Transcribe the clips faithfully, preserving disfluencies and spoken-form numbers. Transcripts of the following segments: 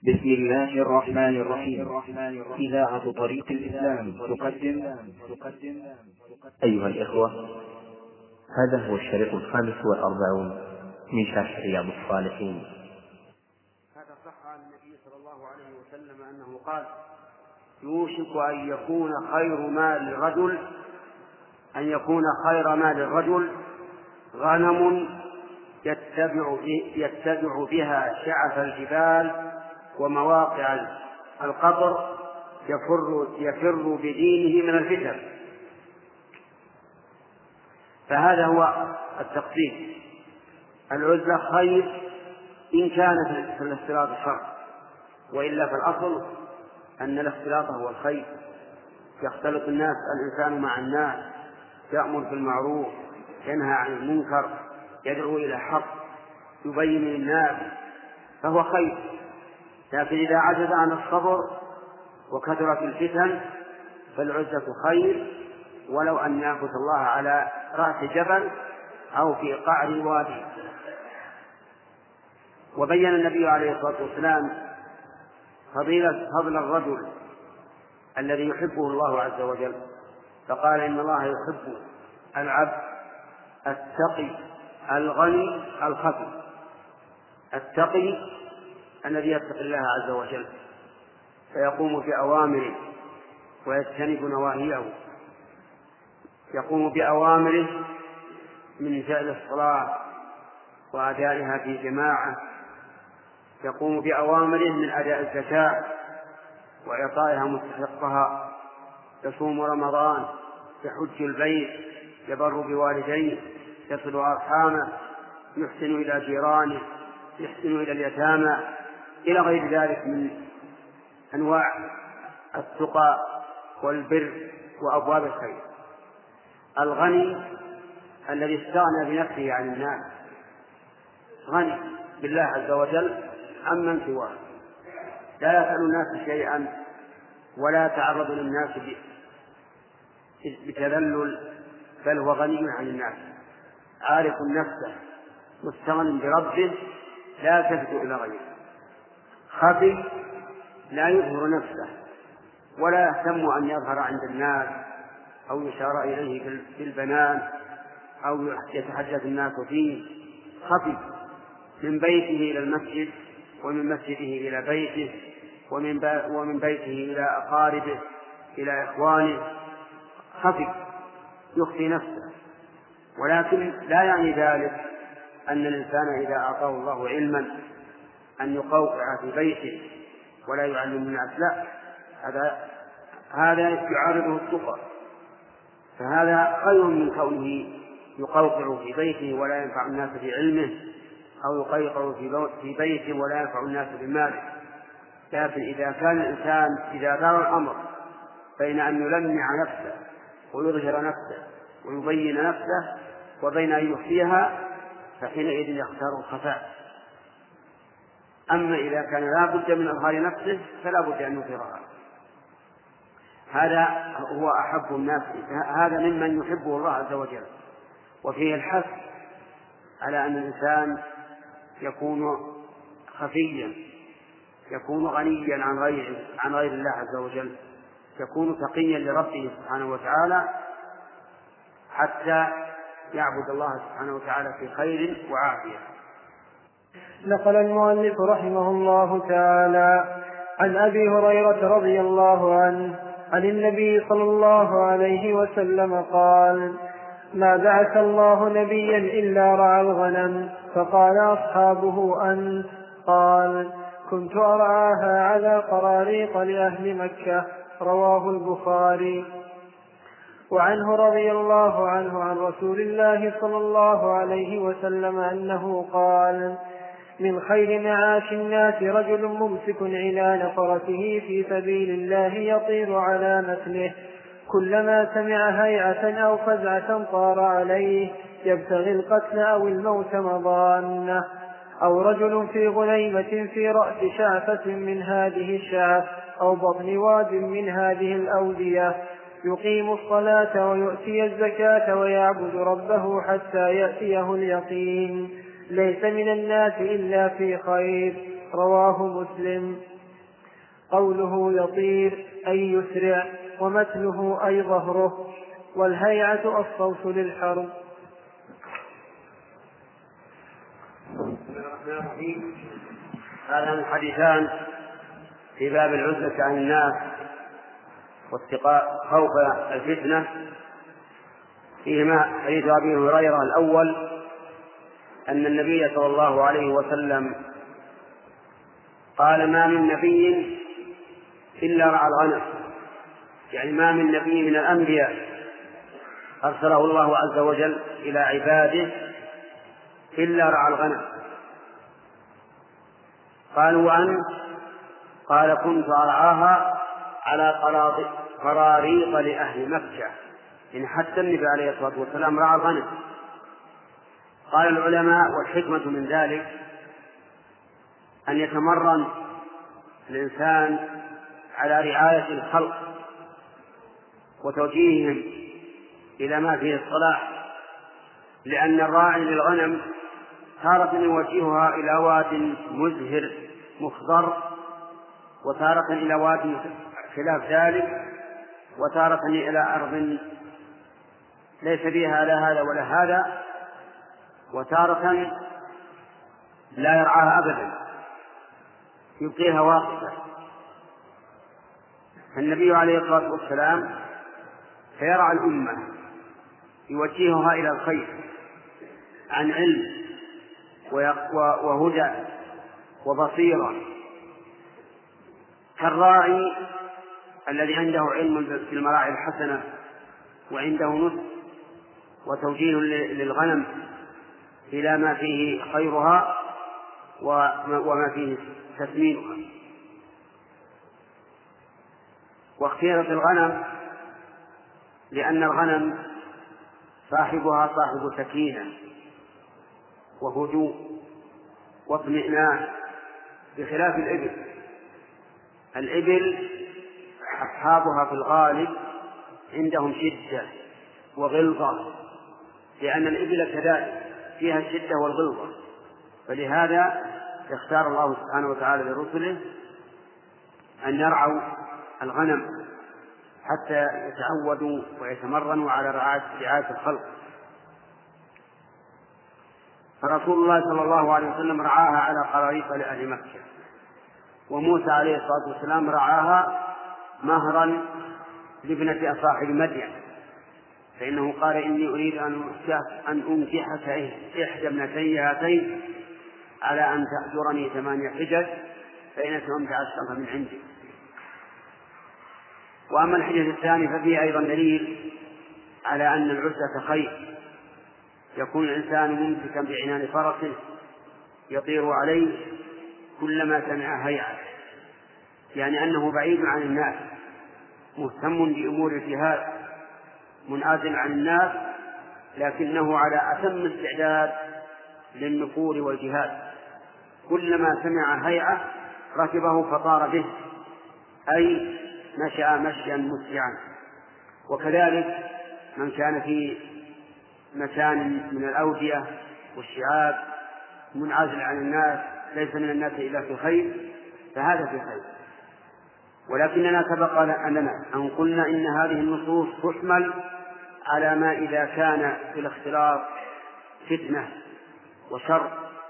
بسم الله الرحمن الرحيم. إذاعة طريق الإسلام تقدم. أيها الإخوة، هذا هو الشريط الخامس والأربعون من شرح رياض الصالحين. هذا صح عن النبي صلى الله عليه وسلم أنه قال: يوشك أن يكون خير مال الرجل أن يكون خير مال الرجل غنم يتبع, يتبع بها شعف الجبال ومواقع القطر يفر, يفر بدينه من الفتن. فهذا هو التقسيم. العزلة خير إن كانت في الاختلاط شر، وإلا في الأصل أن الاختلاط هو الخير. يختلط الناس، الإنسان مع الناس، يأمر بالمعروف، ينهى عن المنكر، يدعو إلى الحق، يبين للناس، فهو خير. لكن إذا عجز عن الصبر وكثرت الفتن فالعزة خير، ولو أن يعبد الله على رأس جبل أو في قعر وادي. وبين النبي عليه الصلاة والسلام فضيلة فضل الرجل الذي يحبه الله عز وجل، فقال: إن الله يحب العبد التقي الغني الخفي. التقي الذي يتقي الله عز وجل فيقوم بأوامره ويجتنب نواهيه، يقوم بأوامره من فعل الصلاة وأدائها في جماعة، يقوم بأوامره من أداء الزكاة وإعطائها مستحقها، يصوم رمضان، يحج البيت، يبر بوالديه، يصل أرحامه، يحسن إلى جيرانه، يحسن إلى اليتامى، إلى غير ذلك من أنواع التقى والبر وأبواب الخير. الغني الذي استغنى بنفسه عن الناس، غني بالله عز وجل عمن سواه، لا يسأل الناس شيئا ولا يتعرض للناس بتذلل، بل هو غني عن الناس، عارف نفسه، مستغن بربه، لا يلتفت إلى غيره. خفي لا يظهر نفسه ولا يهتم أن يظهر عند الناس أو يشار إليه بالبنان أو يتحدث الناس فيه. خفي من بيته إلى المسجد، ومن مسجده إلى بيته، ومن, ومن بيته إلى أقاربه إلى إخوانه. خفي يخفي نفسه، ولكن لا يعني ذلك أن الإنسان إذا أعطاه الله علما أن يقوقع في بيته ولا يعلم الناس، لا، هذا هذا يعارضه التقى. فهذا خير من كونه يقوقع في بيته ولا ينفع الناس بعلمه، أو يقيقع في بيته ولا ينفع الناس بماله. لكن إذا كان الإنسان إذا دار الأمر بين أن يلمع نفسه ويظهر نفسه ويبين نفسه وبين أن يخفيها، فحينئذ يختار الخفاء. أما إذا كان لا بد من إظهار نفسه فلا بد أن يظهرها. هذا هو أحب الناس، هذا ممن يحبه الله عز وجل. وفيه الحث على أن الإنسان يكون خفيا، يكون غنيا عن غير عن غير الله عز وجل، يكون تقيا لربه سبحانه وتعالى، حتى يعبد الله سبحانه وتعالى في خير وعافية. نقل المؤلف رحمه الله تعالى عن أبي هريرة رضي الله عنه عن النبي صلى الله عليه وسلم قال: ما بعث الله نبيا إلا رعى الغنم. فقال أصحابه: أنت؟ قال: كنت أرعاها على قراريط لأهل مكة. رواه البخاري. وعنه رضي الله عنه عن رسول الله صلى الله عليه وسلم أنه قال: من خير معاش الناس رجل ممسك عنان فرسه في سبيل الله يطير على مثله، كلما سمع هيعة أو فزعة طار عليه يبتغي القتل أو الموت مضانة. أو رجل في غنيمة في رأس شعفة من هذه الشعف أو بطن واد من هذه الأودية، يقيم الصلاة ويؤتي الزكاة ويعبد ربه حتى يأتيه اليقين، ليس من الناس إلا في خير. رواه مسلم. قوله يطير أي يسرع، ومتنه أي ظهره، والهيعة الصوت للحرب. هذان الحديثان في باب العزلة عن الناس واتقاء خوف الفتنة، فيهما حديث أبي هريرة الأول أن النبي صلى الله عليه وسلم قال: ما من نبي إلا رعى الغنم، يعني ما من نبي من الأنبياء أرسله الله عز وجل إلى عباده إلا رعى الغنم. قالوا: وأنت؟ قال: كنت أرعاها على قراريط لأهل مكة. إن حتى النبي عليه الصلاة والسلام رعى الغنم. قال العلماء: والحكمة من ذلك أن يتمرن الإنسان على رعاية الخلق وتوجيههم إلى ما فيه الصلاح، لأن الراعي للغنم تارة يوجهها إلى واد مزهر مخضر، وتارة إلى واد خلاف ذلك، وتارة إلى أرض ليس فيها لا هذا ولا هذا، وتارة لا يرعاها أبدا يبقيها واقفة. فالنبي عليه الصلاة والسلام فيرعى الأمة يوجهها إلى الخير عن علم وهدى وبصيرة، كالراعي الذي عنده علم في المراعي الحسنة وعنده نصح وتوجيه للغنم إلى ما فيه خيرها وما فيه تسمينها. واختيرت الغنم لأن الغنم صاحبها صاحب سكينة وهدوء واطمئنان، بخلاف الإبل. الإبل أصحابها في الغالب عندهم شدة وغلظة، لأن الإبل كذلك فيها الشدة والغلظة، فلهذا اختار الله سبحانه وتعالى لرسله أن يرعوا الغنم حتى يتعودوا ويتمرنوا على رعاية الخلق. فرسول الله صلى الله عليه وسلم رعاها على قراريط لأهل مكة، وموسى عليه الصلاة والسلام رعاها مهرا لابنة صاحب مدين، فإنه قال: إني أريد أن أنكحك إحدى ابنتي هاتين على أن تأجرني ثمانية حجج، فإن أتممت عشرة من عندي. وأما الحديث الثاني ففيه أيضا دليل على أن العزلة خير. يكون الإنسان ممسكا بعنان فرسه يطير عليه كلما سمع هيعة، يعني أنه بعيد عن الناس، مهتم بأمور الجهاد، منعزل عن الناس، لكنه على أتم استعداد للنفور والجهاد. كلما سمع هيعة ركبه فطار به، أي مشى مشيا مسرعا. وكذلك من كان في مكان من الأودية والشعاب منعزل عن الناس، ليس من الناس إلا في خير، فهذا في خير. ولكننا سبق لنا أن قلنا إن هذه النصوص تحمل على ما إذا كان في الاختلاط فتنة وشر،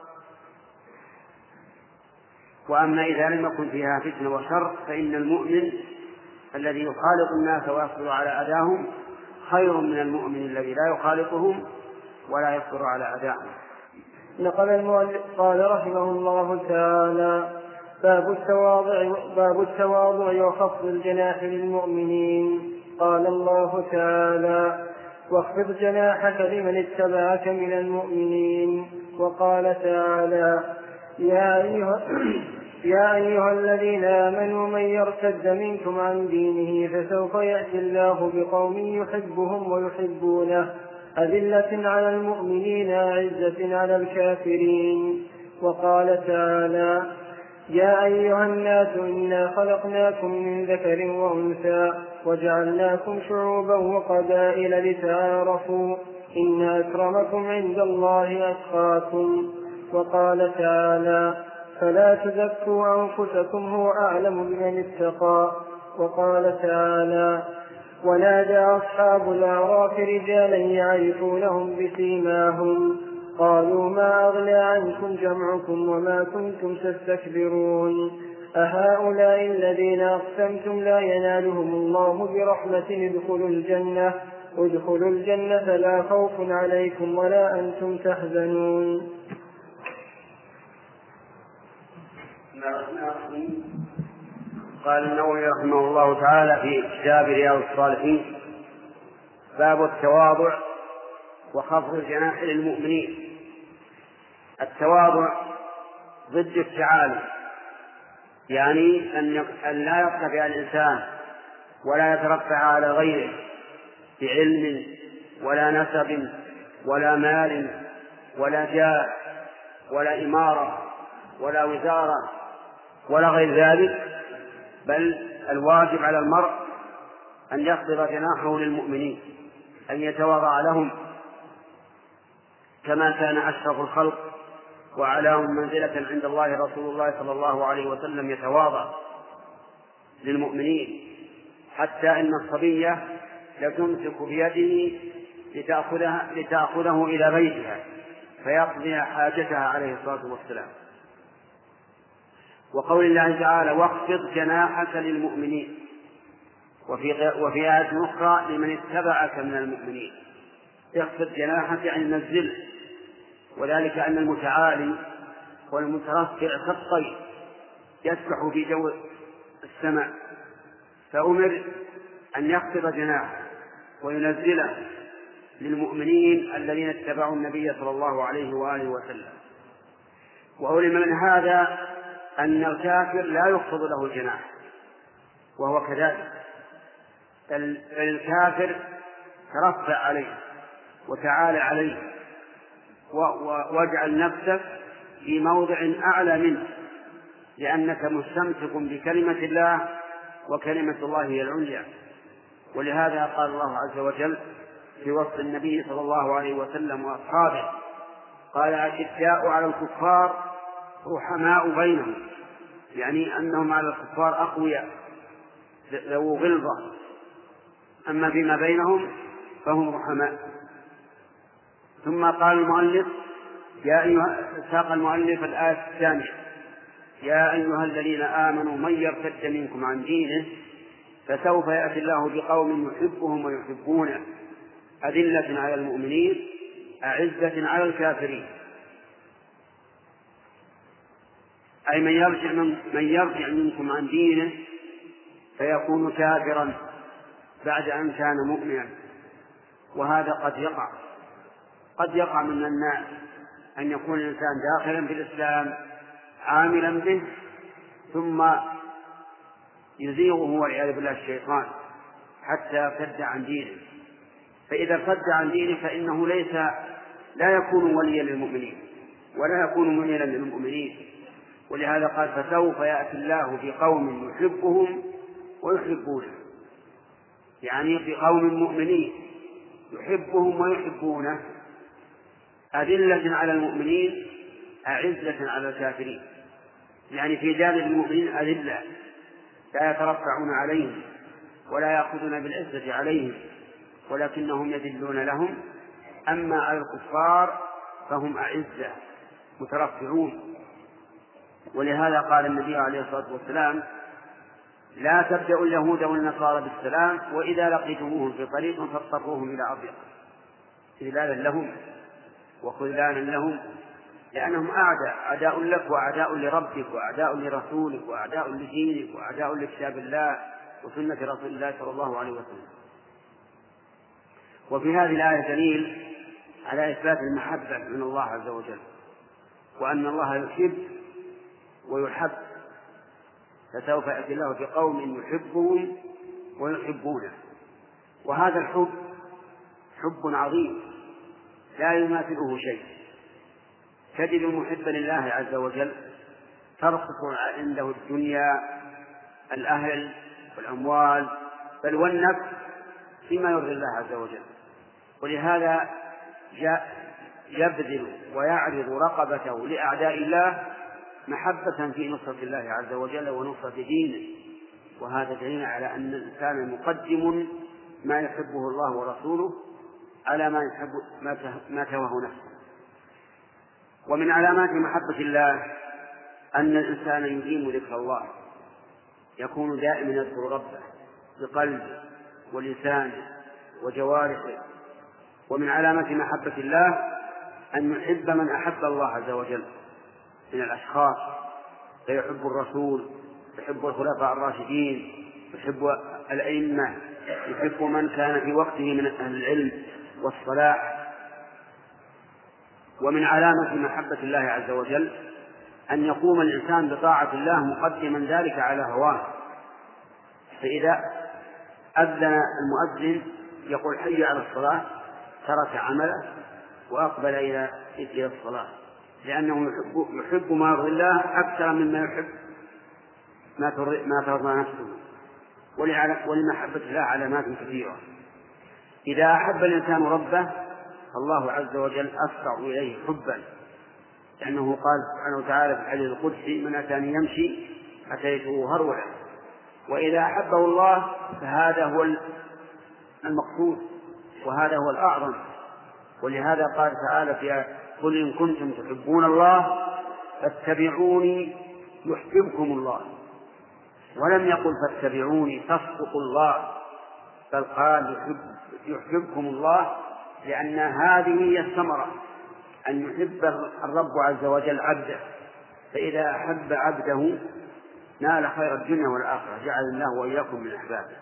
وأما إذا لم يكن فيها فتنة وشر فإن المؤمن الذي يخالط الناس ويصبر على أذاهم خير من المؤمن الذي لا يخالطهم ولا يصبر على أذاهم. نقل المؤلف قال رحمه الله تعالى: باب التواضع, باب التواضع وخفض الجناح للمؤمنين. قال الله تعالى: واخفض جناحك لمن اتبعك من المؤمنين. وقال تعالى: يا أيها, يا أيها الذين آمنوا من يرتد منكم عن دينه فسوف يأتي الله بقوم يحبهم ويحبونه أذلة على المؤمنين أعزة على الكافرين. وقال تعالى: يا أيها الناس إنا خلقناكم من ذكر وأنثى وجعلناكم شعوبا وقبائل لتعارفوا إن أكرمكم عند الله أتقاكم. وقال تعالى: فلا تزكوا أنفسكم هو أعلم بمن اتقى. وقال تعالى: ونادى أصحاب الأعراف رجالا يعرفونهم بسيماهم قالوا ما أغنى عنكم جمعكم وما كنتم تستكبرون أهؤلاء الذين أقسمتم لا ينالهم الله برحمة ادخلوا الجنة ادخلوا الجنة لا خوف عليكم ولا أنتم تحزنون. قال النووي رحمه الله تعالى في كتاب رياض الصالحين: باب التواضع وخفض الجناح للمؤمنين. التواضع ضد التعالي، يعني أن لا يرتفع الإنسان ولا يترفع على غيره بعلم ولا نسب ولا مال ولا جاه ولا إمارة ولا وزارة ولا غير ذلك، بل الواجب على المرء أن يخفض جناحه للمؤمنين، أن يتواضع لهم كما كان أشرف الخلق وأعلاهم منزلة عند الله رسول الله صلى الله عليه وسلم يتواضع للمؤمنين، حتى إن الصبية لتمسك بيده لتأخذها لتأخذه إلى بيتها فيقضي حاجتها عليه الصلاة والسلام. وقول الله تعالى: واخفض جناحك للمؤمنين، وفي وفي آية أخرى: لمن اتبعك من المؤمنين. اخفض جناحك يعني نزله، وذلك أن المتعالي والمترفع كالطير يسبح في جو السماء، فأمر أن يخفض جناحه وينزله للمؤمنين الذين اتبعوا النبي صلى الله عليه وآله وسلم. وعلم من هذا أن الكافر لا يخفض له الجناح، وهو كذلك، بل الكافر ترفع عليه وتعالى عليه واجعل نفسك في موضع أعلى منه، لأنك مستمسك بكلمة الله، وكلمة الله هي العليا. ولهذا قال الله عز وجل في وصف النبي صلى الله عليه وسلم وأصحابه: قال: أشداء على الكفار رحماء بينهم، يعني أنهم على الكفار أقوياء ذو غلظة، أما فيما بينهم فهم رحماء. ثم قال المؤلف: يا أيها ساق المؤلف الآية الثانية: يا أيها الذين آمنوا من يرتد منكم عن دينه فسوف يأتي الله بقوم يحبهم ويحبونه أذلة على المؤمنين أعزة على الكافرين. أي من يرجع, من, من يرجع منكم عن دينه فيكون كافرا بعد أن كان مؤمنا. وهذا قد يقع قد يقع من الناس أن يكون الإنسان داخلا في الإسلام عاملا به، ثم يزيغه والعياذ بالله الشيطان حتى يرتد عن دينه، فإذا ارتد عن دينه فإنه ليس لا يكون وليا للمؤمنين ولا يكون منيرا للمؤمنين. ولهذا قال: فسوف يأتي الله بقوم يحبهم ويحبونه، يعني بقوم مؤمنين يحبهم ويحبونه أذلة على المؤمنين أعزة على الكافرين، يعني في جانب المؤمنين أذلة لا يترفعون عليهم ولا يأخذون بالعزة عليهم، ولكنهم يذلون لهم. أما على الكفار فهم أعزة مترفعون. ولهذا قال النبي عليه الصلاة والسلام: لا تبدأوا اليهود والنصارى بالسلام، وإذا لقيتموهم في طريق فاضطروهم إلى أضيق، إذلالا لهم وخذلانا لهم، لأنهم أعداء أعداء لك وأعداء لربك وأعداء لرسولك وأعداء لدينك وأعداء لكتاب الله وسنة رسول الله صلى الله عليه وسلم. وفي هذه الآية دليل على إثبات المحبة من الله عز وجل، وأن الله يحب ويحب، فسوف يأتي الله بقوم يحبهم ويحبونه. وهذا الحب حب عظيم لا يماثله شيء. تجد محبا لله عز وجل ترقص عنده الدنيا، الأهل والأموال، بل والنفس فيما يرضي الله عز وجل. ولهذا يبذل ويعرض رقبته لأعداء الله محبة في نصرة الله عز وجل ونصرة دينه، وهذا دليل على أن الإنسان مقدم ما يحبه الله ورسوله على ما يحب ما تواه نفسه. ومن علامات محبة الله أن الإنسان يديم ذكر الله، يكون دائما يذكر ربه بقلبه ولسانه وجوارحه. ومن علامات محبة الله أن يحب من أحب الله عز وجل من الأشخاص، فيحب الرسول، يحب الخلفاء الراشدين، يحب الأئمة، يحب من كان في وقته من أهل العلم والصلاح. ومن علامة محبة الله عز وجل أن يقوم الإنسان بطاعة الله مقدما ذلك على هواه، فإذا أذن المؤذن يقول حي على الصلاة ترك عمله وأقبل إلى إلى الصلاة، لأنه يحب, يحب ما يرضي الله أكثر مما يحب ما ترضى نفسه. ولمحبة الله علامات كثيرة. إذا أحب الإنسان ربه الله عز وجل أسرع إليه حبا، لأنه قال سبحانه وتعالى في الحديث القدسي من أتاني يمشي أتيته هرولا. وإذا أحبه الله فهذا هو المقصود وهذا هو الأعظم. ولهذا قال تعالى في قل إن كنتم تحبون الله فاتبعوني يحببكم الله، ولم يقل فاتبعوني تصدقوا الله، بل قال يحب يحببكم الله، لأن هذه هي الثمرة، أن يحب الرب عز وجل عبده، فإذا أحب عبده نال خير الدنيا والآخرة، جعل الله وإياكم من أحبابه.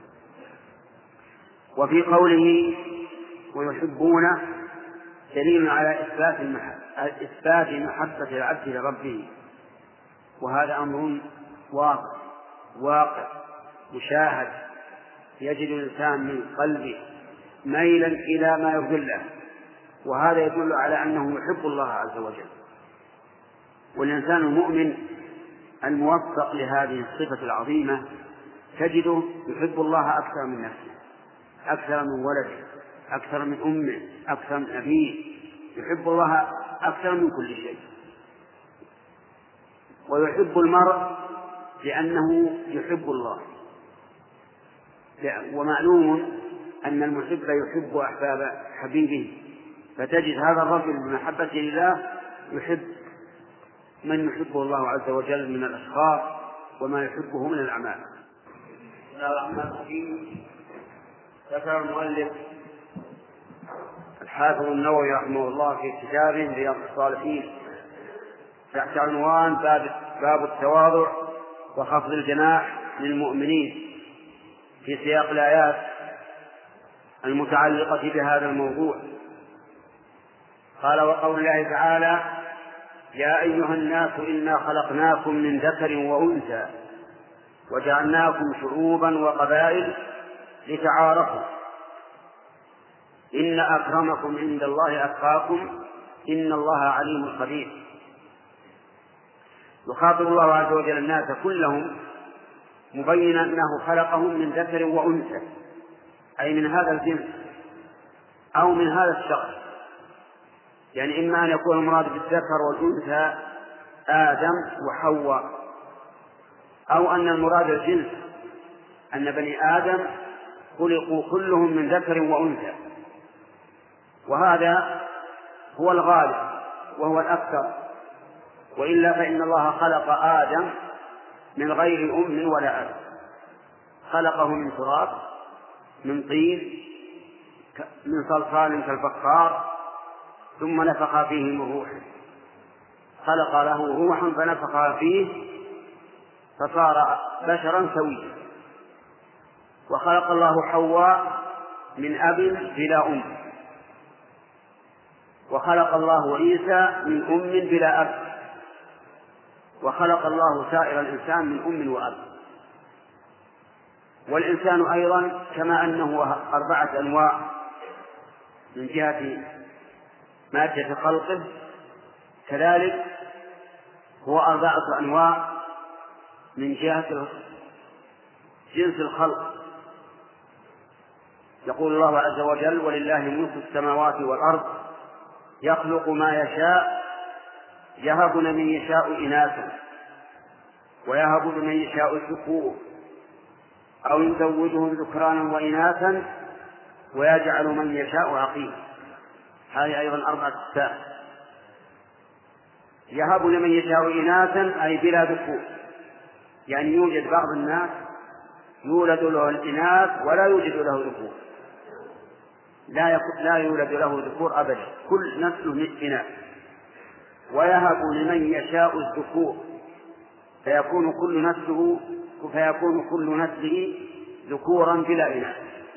وفي قوله ويحبون دليل على إثبات إثبات محبة العبد لربه، وهذا أمر واقع واقع مشاهد، يجد الإنسان من قلبه ميلا إلى ما يرضي الله، وهذا يدل على أنه يحب الله عز وجل. والإنسان المؤمن الموفق لهذه الصفة العظيمة تجده يحب الله أكثر من نفسه، أكثر من ولده، أكثر من أمه، أكثر من أبيه، يحب الله أكثر من كل شيء. ويحب المرء لأنه يحب الله، ومعلوم أن المحب يحب أحباب حبيبه، فتجد هذا الرجل بمحبته لله يحب من يحبه الله عز وجل من الأشخاص وما يحبه من الأعمال. ذكر المؤلف الحافظ النووي رحمه الله في كتابه رياض الصالحين تحت عنوان باب, باب التواضع وخفض الجناح للمؤمنين في سياق الآيات المتعلقة بهذا الموضوع. قال وقول الله تعالى يا أيها الناس إنا خلقناكم من ذكر وأنثى وجعلناكم شعوبا وقبائل لتعارفوا إن أكرمكم عند الله أتقاكم إن الله عليم خبير. يخاطب الله عز وجل الناس كلهم مبينا أنه خلقهم من ذكر وأنثى، أي من هذا الجنس أو من هذا الشخص، يعني إما أن يكون المراد بالذكر والأنثى آدم وحواء، أو أن المراد الجنس أن بني آدم خلقوا كلهم من ذكر وأنثى، وهذا هو الغالب وهو الأكثر، وإلا فإن الله خلق آدم من غير أم ولا أب، خلقه من تراب من طين من صلصال كالفخار ثم نفخ فيه من روحه، خلق له روحا فنفخ فيه فصار بشرا سويا. وخلق الله حواء من أب بلا أم، وخلق الله عيسى من أم بلا أب، وخلق الله سائر الإنسان من أم وأب. والإنسان أيضا كما أنه أربعة أنواع من جهة مادة خلقه، كذلك هو أربعة أنواع من جهة جنس الخلق. يقول الله عز وجل ولله ملك السماوات والأرض يخلق ما يشاء يهب لمن يشاء إناثا ويهب لمن يشاء الذكور أو يزوجهم ذكرانا وإناثا ويجعل من يشاء عقيما. هذه أيضا أربعة أقسام. يهب لمن يشاء إناثا أي بلا ذكور، يعني يوجد بعض الناس يولد له الإناث ولا يوجد له ذكور، لا لا يولد له ذكور أبدا، كل نسله إناث. ويهب لمن يشاء الذكور فيكون كل نسله فيكون كل نسله ذكورا بلا إناث.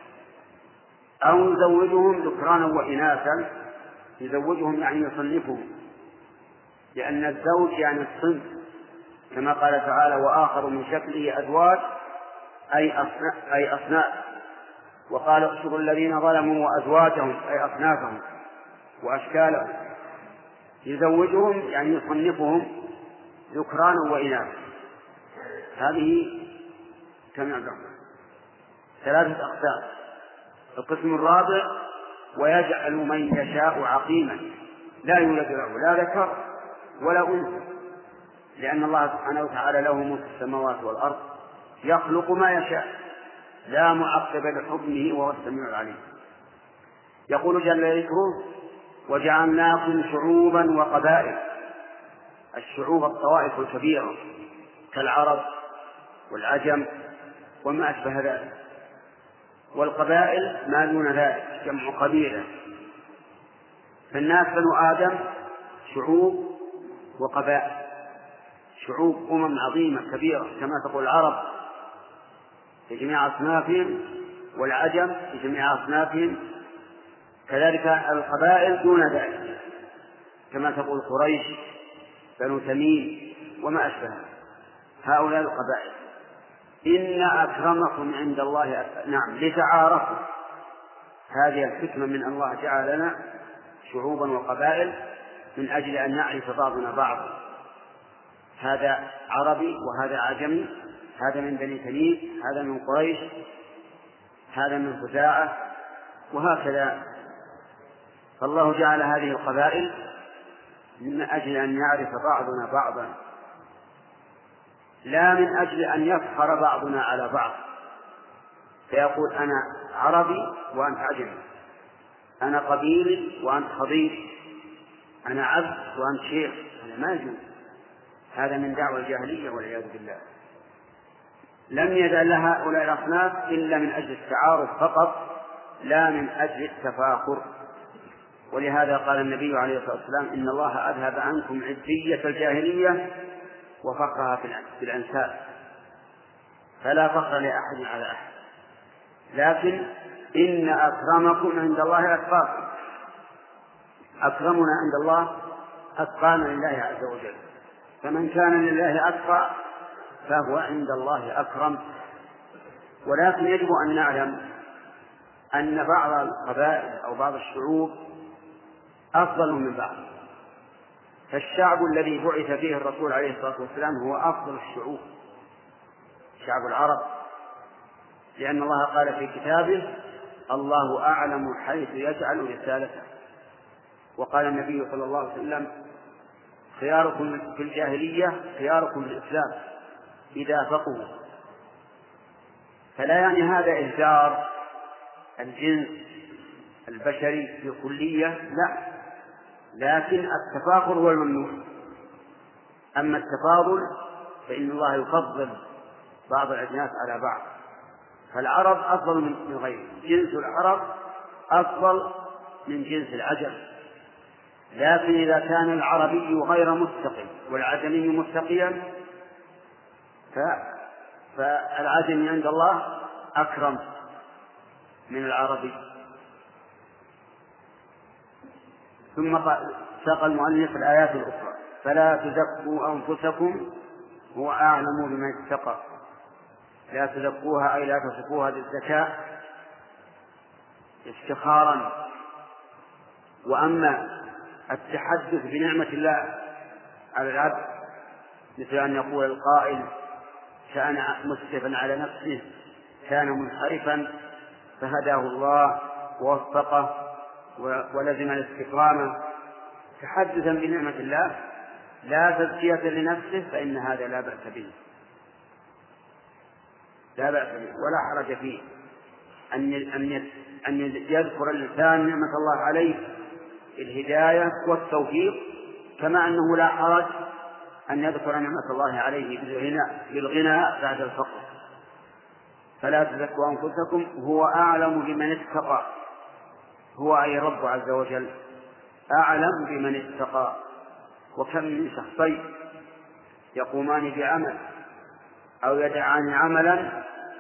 أو يزوجهم ذكرانا وإناثا، يزوجهم يعني يصنفهم، لأن الزوج يعني الصنف، كما قال تعالى وآخر من شكله أزواج أي أصناف. وقال احشروا الذين ظلموا وأزواجهم أي أصنافهم وأشكالهم. يزوجهم يعني يصنفهم ذكرانا وإناثا. هذه كم ثلاثة أقسام. القسم الرابع ويجعل من يشاء عقيما، لا يولد له لا ذكر ولا أنثى، لأن الله سبحانه وتعالى له ملك السماوات والأرض يخلق ما يشاء لا معقب لحكمه وهو السميع العليم. يقول جل ذكره وجعلناكم شعوبا وقبائل. الشعوب الطوائف الكبيرة كالعرب والعجم وما أشبه ذلك، والقبائل ما دون ذلك جمع قبيلة. فالناس بنو آدم شعوب وقبائل، شعوب أمم عظيمة كبيرة كما تقول العرب في جميع أصنافهم والعجم في جميع أصنافهم، كذلك القبائل دون ذلك كما تقول قريش بنو تميم وما أشبه هؤلاء القبائل. إن أكرمكم عند الله نعم لتعارفوا، هذه الحكمة من الله جعل لنا شعوبا وقبائل من أجل أن نعرف بعضنا بعضا، هذا عربي وهذا عجمي، هذا من بني تميم، هذا من قريش، هذا من خزاعة، وهكذا. فالله جعل هذه القبائل من أجل أن يعرف بعضنا بعضا، لا من أجل أن يفخر بعضنا على بعض فيقول أنا عربي وأنت عجمي، أنا قبيلي وأنت خضير، أنا عبد وأنت شيخ، هذا ما يجوز، هذا من دعوى الجاهلية والعياذ بالله. لم يجعل هؤلاء الأصناف إلا من أجل التعارف فقط لا من أجل التفاخر. ولهذا قال النبي عليه الصلاة والسلام إن الله أذهب عنكم عزية الجاهلية وفخرها في الأنساب، فلا فخر لأحد على أحد، لكن إن أكرمكم عند الله أتقاكم، أكرمنا عند الله أتقانا لله عز وجل، فمن كان لله أتقى فهو عند الله أكرم. ولكن يجب أن نعلم أن بعض القبائل أو بعض الشعوب أفضل من بعض، فالشعب الذي بعث فيه الرسول عليه الصلاة والسلام هو أفضل الشعوب، شعب العرب، لأن الله قال في كتابه الله أعلم حيث يجعل رسالته. وقال النبي صلى الله عليه وسلم خياركم في الجاهلية خياركم في الإسلام إذا فقهوا. فلا يعني هذا إهدار الجنس البشري في كلية، لا، لكن التفاخر هو الممنوع. أما التفاضل فإن الله يفضل بعض الأجناس على بعض، فالعرب أفضل من غيره، جنس العرب أفضل من جنس العجم، لكن إذا كان العربي غير متقي والعجمي متقيا فالعجمي عند الله أكرم من العربي. ثم ساق المؤلف الآيات الأخرى فلا تزكوا أنفسكم هو أعلم بمن اتقى. لا تزكوها أي لا تصفوها بالزكاة افتخارا. وأما التحدث بنعمة الله على العبد مثل أن يقول القائل كان مسرفا على نفسه كان منحرفا فهداه الله ووفقه ولزم الاستقامة، تحدثا بنعمة الله، لا تزكية لنفسه فإن هذا لا بأس به، لا بأس به ولا حرج فيه أن أن يذكر الإنسان نعمة الله عليه الهداية والتوفيق، كما أنه لا حرج أن يذكر نعمة الله عليه بالغناء بالغناء بعد الفقر. فلا تزكوا أنفسكم هو أعلم بمن اتقى، هو أي رب عز وجل أعلم بمن اتقى. وكم من شخصين يقومان بعمل أو يدعان عملا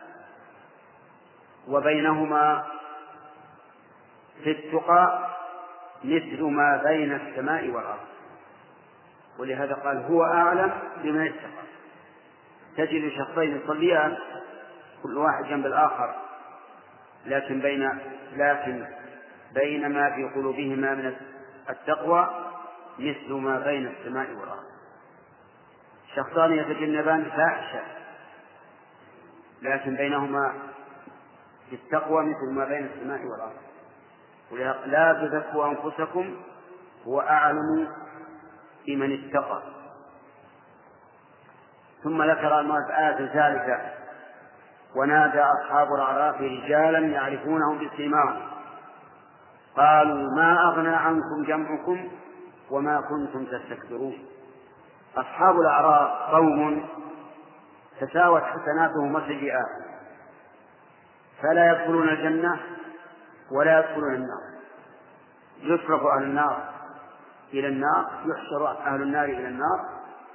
وبينهما في التقى مثل ما بين السماء والأرض، ولهذا قال هو أعلم بمن اتقى. تجد شخصين يصليان كل واحد جنب الآخر، لكن بين لكن بين ما في قلوبهما من التقوى مثل ما بين السماء والأرض. شخصان يتجنبان الفاحشة لكن بينهما في التقوى مثل ما بين السماء والأرض. لا تزكوا أنفسكم هو أعلم بمن اتقى. ثم ذكر المؤلف آية ثالثة: ونادى أصحاب الأعراف رجالا يعرفونهم بسيماهم قالوا ما أغنى عنكم جمعكم وما كنتم تستكبرون. أصحاب الأعراف قوم تساوت حسناتهم وسيئاتهم، فلا يدخلون الجنة ولا يدخلون النار. يصرف أهل النار إلى النار، يحشر أهل النار إلى النار،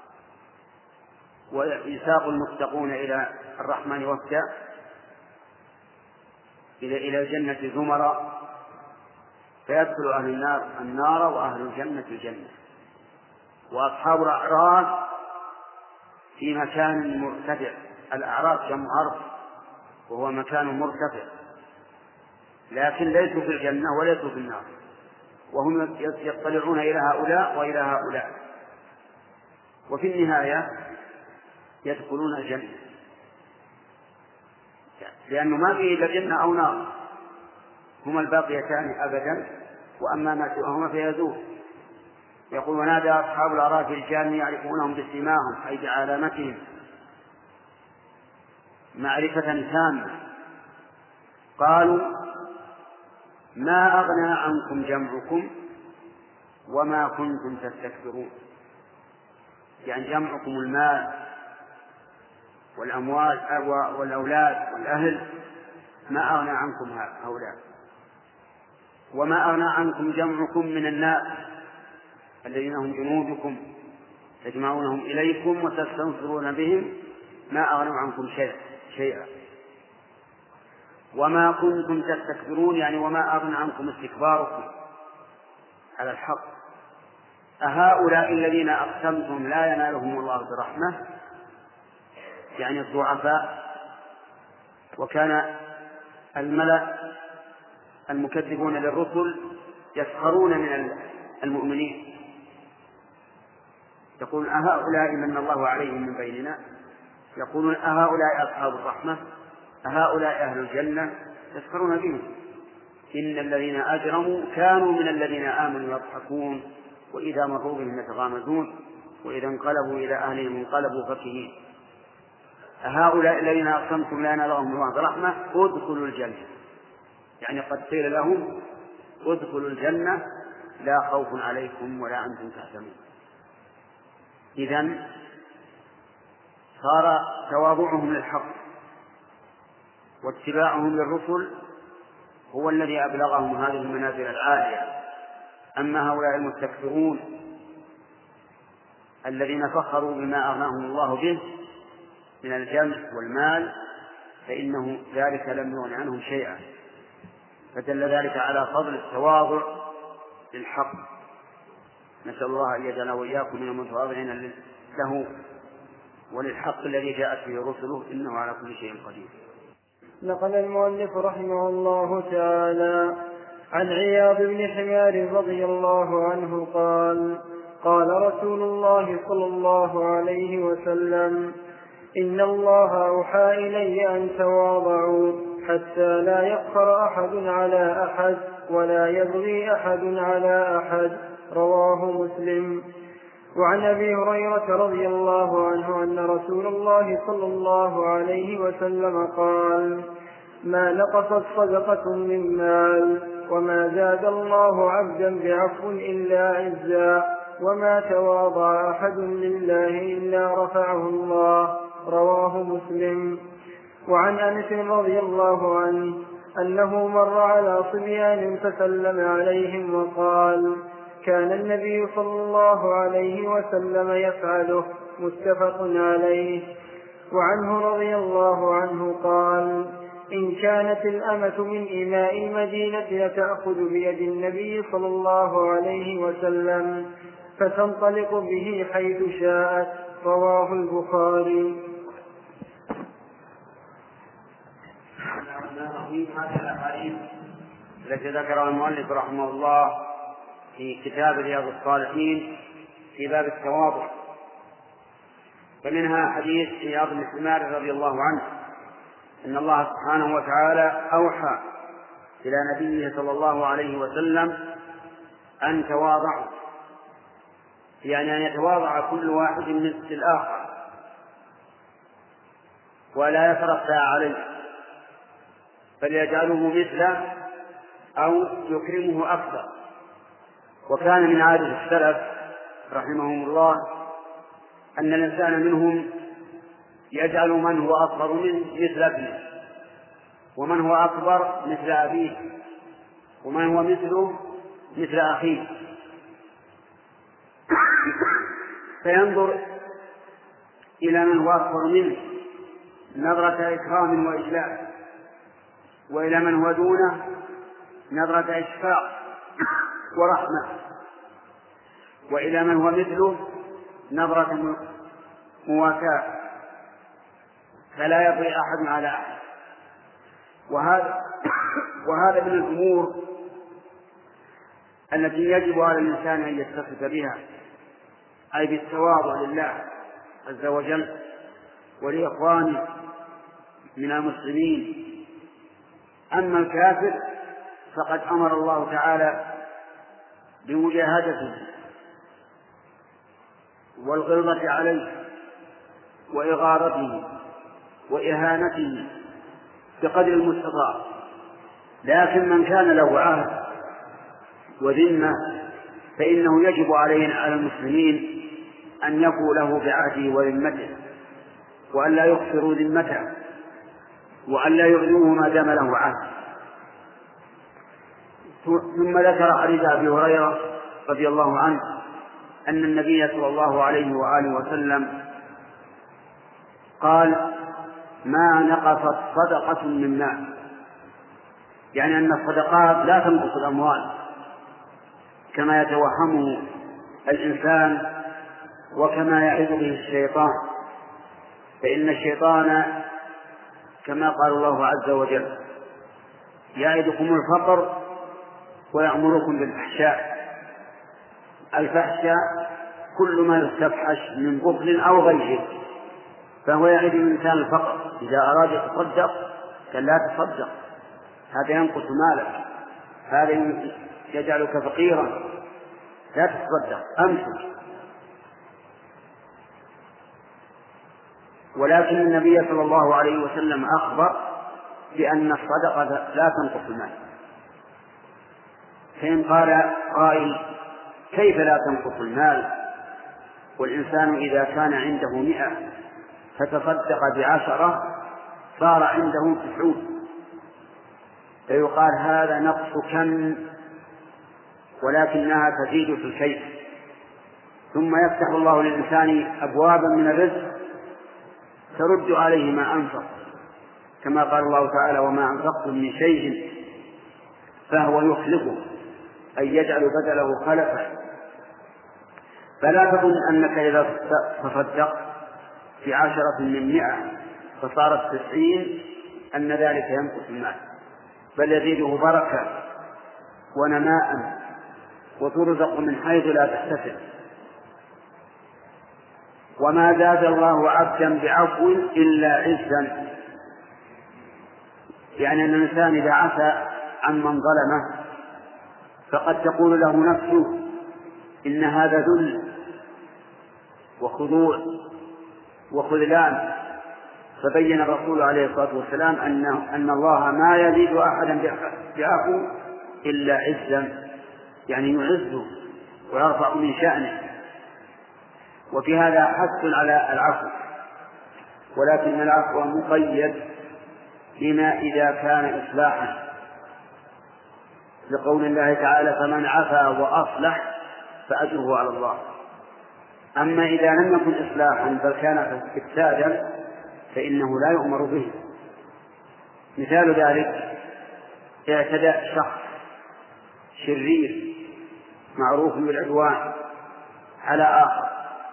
ويساق المتقون إلى الرحمن وفدا إلى إلى الجنة زمرا، فيدخل أهل النار النار وأهل الجنة الجنة. وأصحاب الأعراف في مكان مرتفع، الأعراف جمع عرف وهو مكان مرتفع، لكن ليسوا في الجنة وليسوا في النار، وهم يطلعون إلى هؤلاء وإلى هؤلاء، وفي النهاية يدخلون الجنة، لأنه ما فيه إلا جنة أو نار، هما الباقيتان أبدا، وأما ما سواهما فيذوب. يقول ونادى أصحاب الأعراف رجالا يعرفونهم بسيماهم أي بعلامتهم معرفة تامة قالوا ما أغنى عنكم جمعكم وما كنتم تستكبرون. يعني جمعكم المال والأموال والأولاد والأهل ما أغنى عنكم هؤلاء، وما أغنى عنكم جمعكم من الناس الذين هم جنودكم تجمعونهم إليكم وتستنصرون بهم، ما أغنوا عنكم شيئا. وما كنتم تستكبرون يعني وما أغنى عنكم استكباركم على الحق. أهؤلاء الذين أقسمتم لا ينالهم الله برحمة، يعني الضعفاء. وكان الملأ المكذبون للرسل يسخرون من المؤمنين، يقولون أهؤلاء من الله عليهم من بيننا، يقولون أهؤلاء أصحاب الرحمة، أهؤلاء أهل الجنة، يسخرون بهم. إن الذين أجرموا كانوا من الذين آمنوا يضحكون وإذا مروا بهم يتغامزون وإذا انقلبوا إلى أهلهم انقلبوا فكهين. أهؤلاء الذين أقسمتم لا ينالهم الله برحمة ادخلوا الجنة، يعني قد قيل لهم ادخلوا الجنة لا خوف عليكم ولا أنتم تحزنون. إذن صار تواضعهم للحق واتباعهم للرسل هو الذي أبلغهم هذه المنازل العالية. أما هؤلاء المستكبرون الذين فخروا بما أغناهم الله به من الجمع والمال فإنه ذلك لم يغن عنهم شيئا، فدل ذلك على فضل التواضع للحق. نسأل الله أن يجعلنا وإياكم من المتواضعين له وللحق الذي جاءت به رسله، إنه على كل شيء قدير. نقل المؤلف رحمه الله تعالى عن عياض بن حمار رضي الله عنه قال: قال رسول الله صلى الله عليه وسلم: إن الله أوحى إلي أن تواضعوا حتى لا يفخر أحد على أحد ولا يبغي أحد على أحد. رواه مسلم. وعن أبي هريرة رضي الله عنه أن رسول الله صلى الله عليه وسلم قال: ما نقصت صدقة من مال، وما زاد الله عبدا بعفو إلا عزا، وما تواضع أحد لله إلا رفعه الله. رواه مسلم. وعن أنس رضي الله عنه أنه مر على صبيان فسلم عليهم وقال: كان النبي صلى الله عليه وسلم يفعله. متفق عليه. وعنه رضي الله عنه قال: إن كانت الأمة من إماء المدينة لتأخذ بيد النبي صلى الله عليه وسلم فتنطلق به حيث شاءت. رواه البخاري. هذه الأحاديث التي ذكرها المؤلف رحمه الله في كتاب رياض الصالحين في باب التواضع، فمنها حديث عياض بن حمار رضي الله عنه أن الله سبحانه وتعالى أوحى إلى نبيه صلى الله عليه وسلم أن تواضعوا، يعني أن يتواضع كل واحد مثل الآخر ولا يترفع عليه، فليجعله مثله أو يكرمه أكثر. وكان من عادة السلف رحمهم الله أن الإنسان منهم يجعل من هو أصغر منه مثل ابنه، ومن هو أكبر مثل أبيه، ومن هو مثله مثل أخيه، فينظر إلى من هو أكبر منه نظرة إكرام وإجلال، وإلى من هو دونه نظرة إشفاق ورحمة، وإلى من هو مثله نظرة مواساة، فلا يطغي أحد على أحد. وهذا وهذا من الأمور التي يجب على الإنسان أن يتصف بها، أي بالتواضع لله عز وجل ولإخوانه من المسلمين. أما الكافر فقد أمر الله تعالى بمجاهدته والغلظة عليه وإغارته وإهانته بقدر المستطاع، لكن من كان له عهد وذمة فإنه يجب عليه على المسلمين أن يفوا له بعهده وذمته، وأن لا يخسروا ذمته، وأن لا يؤذوه ما دام له عهد. ثم ذكر حديث أبي هريرة رضي الله عنه أن النبي صلى الله عليه وآله وسلم قال: ما نقصت صدقة من مال، يعني أن الصدقات لا تنقص الأموال كما يتوهمه الإنسان وكما يعظ به الشيطان، فإن الشيطان كما قال الله عز وجل: يعدكم الفقر ويأمركم بالفحشاء. الفحشاء كل ما يستفحش من بخل أو غيره، فهو يعد الإنسان الفقر. إذا أراد يتصدق قال لا تصدق، هذا ينقص مالك، هذا يجعلك فقيرا، لا تصدق، أمسك. ولكن النبي صلى الله عليه وسلم أخبر بأن الصدقة لا تنقص المال. فإن قال قائل: كيف لا تنقص المال والإنسان إذا كان عنده مئة فتصدق بعشرة صار عنده تسعون؟ فيقال هذا نقص كم، ولكنها تزيد في الكيف. ثم يفتح الله للإنسان أبوابا من الرزق ترد عليه ما أنفق، كما قال الله تعالى: وما أنفقتم من شيء فهو يخلفه، أي يجعل بدله خلفا. فلا تظن أنك إذا تصدقت في عشرة من مئة فصارت تسعين أن ذلك ينقص المال، بل يزيده بركة ونماء، وترزق من حيث لا تحتسب. وما زاد الله عبدا بعفو إلا عزا، يعني أن الإنسان إذا عفى عن من فقد تقول له نفسه إن هذا ذل وخضوع وخذلان. فبين الرسول عليه الصلاة والسلام أن أن الله ما يزيد أحدا بعفو إلا عزا، يعني يعزه ويرفع من شأنه. وفي هذا حث على العفو، ولكن العفو مقيد بما إذا كان إصلاحا، لقول الله تعالى: فمن عفا وأصلح فأجره على الله. أما إذا لم يكن إصلاحا بل كان إفسادا فإنه لا يؤمر به. مثال ذلك: اعتدى شخص شرير معروف بالعدوان على آخر،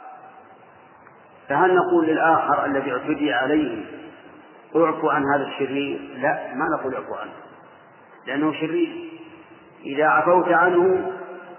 فهل نقول للآخر الذي اعتدي عليه اعفو عن هذا الشرير؟ لا، ما نقول اعفو عنه، لأنه شرير. إذا عفوت عنه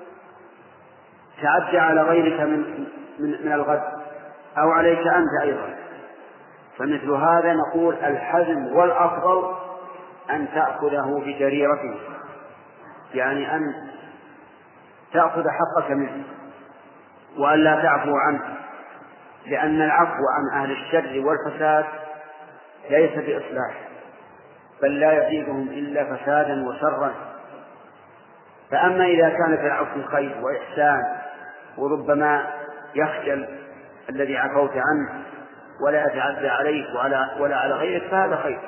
تعدى على غيرك من, من, من الغد أو عليك أنت أيضا. فمثل هذا نقول الحزم والأفضل أن تأخذه بجريرته، يعني أن تأخذ حقك منه وأن لا تعفو عنه، لأن العفو عن أهل الشر والفساد ليس بإصلاح، بل لا يزيدهم إلا فسادا وشرا. فأما إذا كان في العفو خير وإحسان وربما يخجل الذي عفوت عنه ولا يتعدى عليك ولا على غيرك فهذا خير.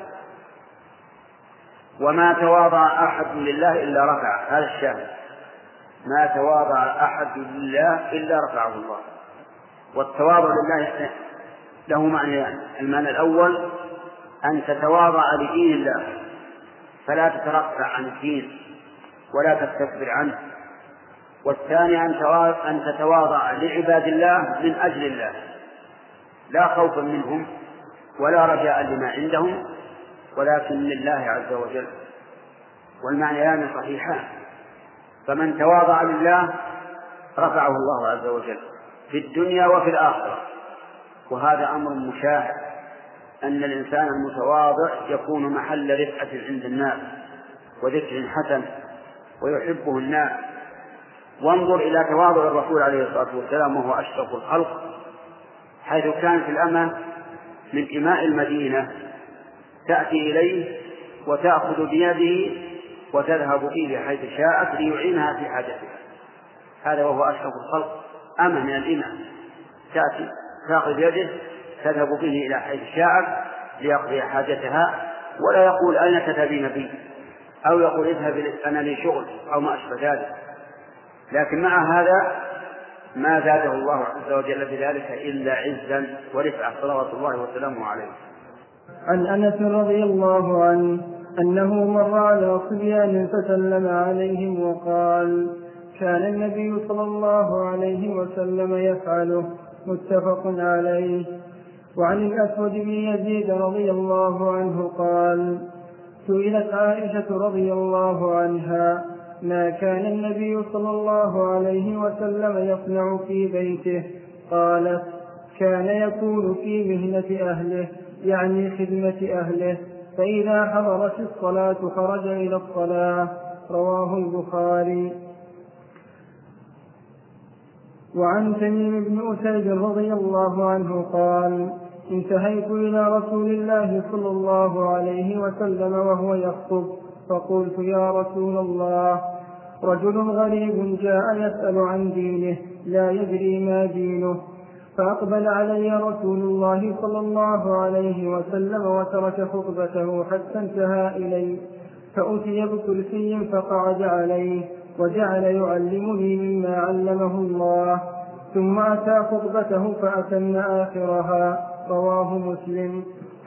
وما تواضع أحد لله إلا رفعه، هذا الشاهد: ما تواضع أحد لله إلا رفعه الله. والتواضع لله له معنيان: المعنى الأول أن تتواضع لدين الله فلا تترفع عن الدين ولا تستكبر عنه، والثاني أن تتواضع لعباد الله من أجل الله، لا خوفا منهم ولا رجاء لما عندهم، ولكن لله عز وجل. والمعنيان صحيحان. فمن تواضع لله رفعه الله عز وجل في الدنيا وفي الآخرة، وهذا أمر مشاهد، أن الإنسان المتواضع يكون محل رفعة عند الناس وذكر حسن ويحبه الناس. وانظر إلى تواضع الرسول عليه الصلاة والسلام وهو أشرف الخلق، حيث كانت الأمة من إماء المدينة تأتي إليه وتأخذ بيده وتذهب به حيث شاءت ليعينها في حاجتها، هذا وهو أشرف الخلق، أمة من الإماء تأتي تأخذ بيده تذهب به إلى حيث شاءت ليقضي حاجتها، ولا يقول أين تذهبين بي، أو يقول اذهب أنا لي شغل أو ما أشبه ذلك. لكن مع هذا ما زاده الله عز وجل بذلك إلا عزا ورفعة صلوات الله وسلامه عليه. عن أنس رضي الله عنه أنه مر على صبيان فسلم عليهم وقال: كان النبي صلى الله عليه وسلم يفعله، متفق عليه. وعن الأسود بن يزيد رضي الله عنه قال: سئلت عائشة رضي الله عنها: ما كان النبي صلى الله عليه وسلم يصنع في بيته؟ قالت: كان يكون في مهنة أهله، يعني خدمة أهله، فإذا حضرت الصلاة خرج إلى الصلاة. رواه البخاري. وعن تميم بن أسيد رضي الله عنه قال: انتهيت إلى رسول الله صلى الله عليه وسلم وهو يخطب، فقلت: يا رسول الله، رجل غريب جاء يسأل عن دينه لا يدري ما دينه، فأقبل علي رسول الله صلى الله عليه وسلم وترك خطبته حتى انتهى إلي، فأتي بكرسي فقعد عليه وجعل يعلمني مما علمه الله، ثم أتى خطبته فأتم آخرها. رواه مسلم.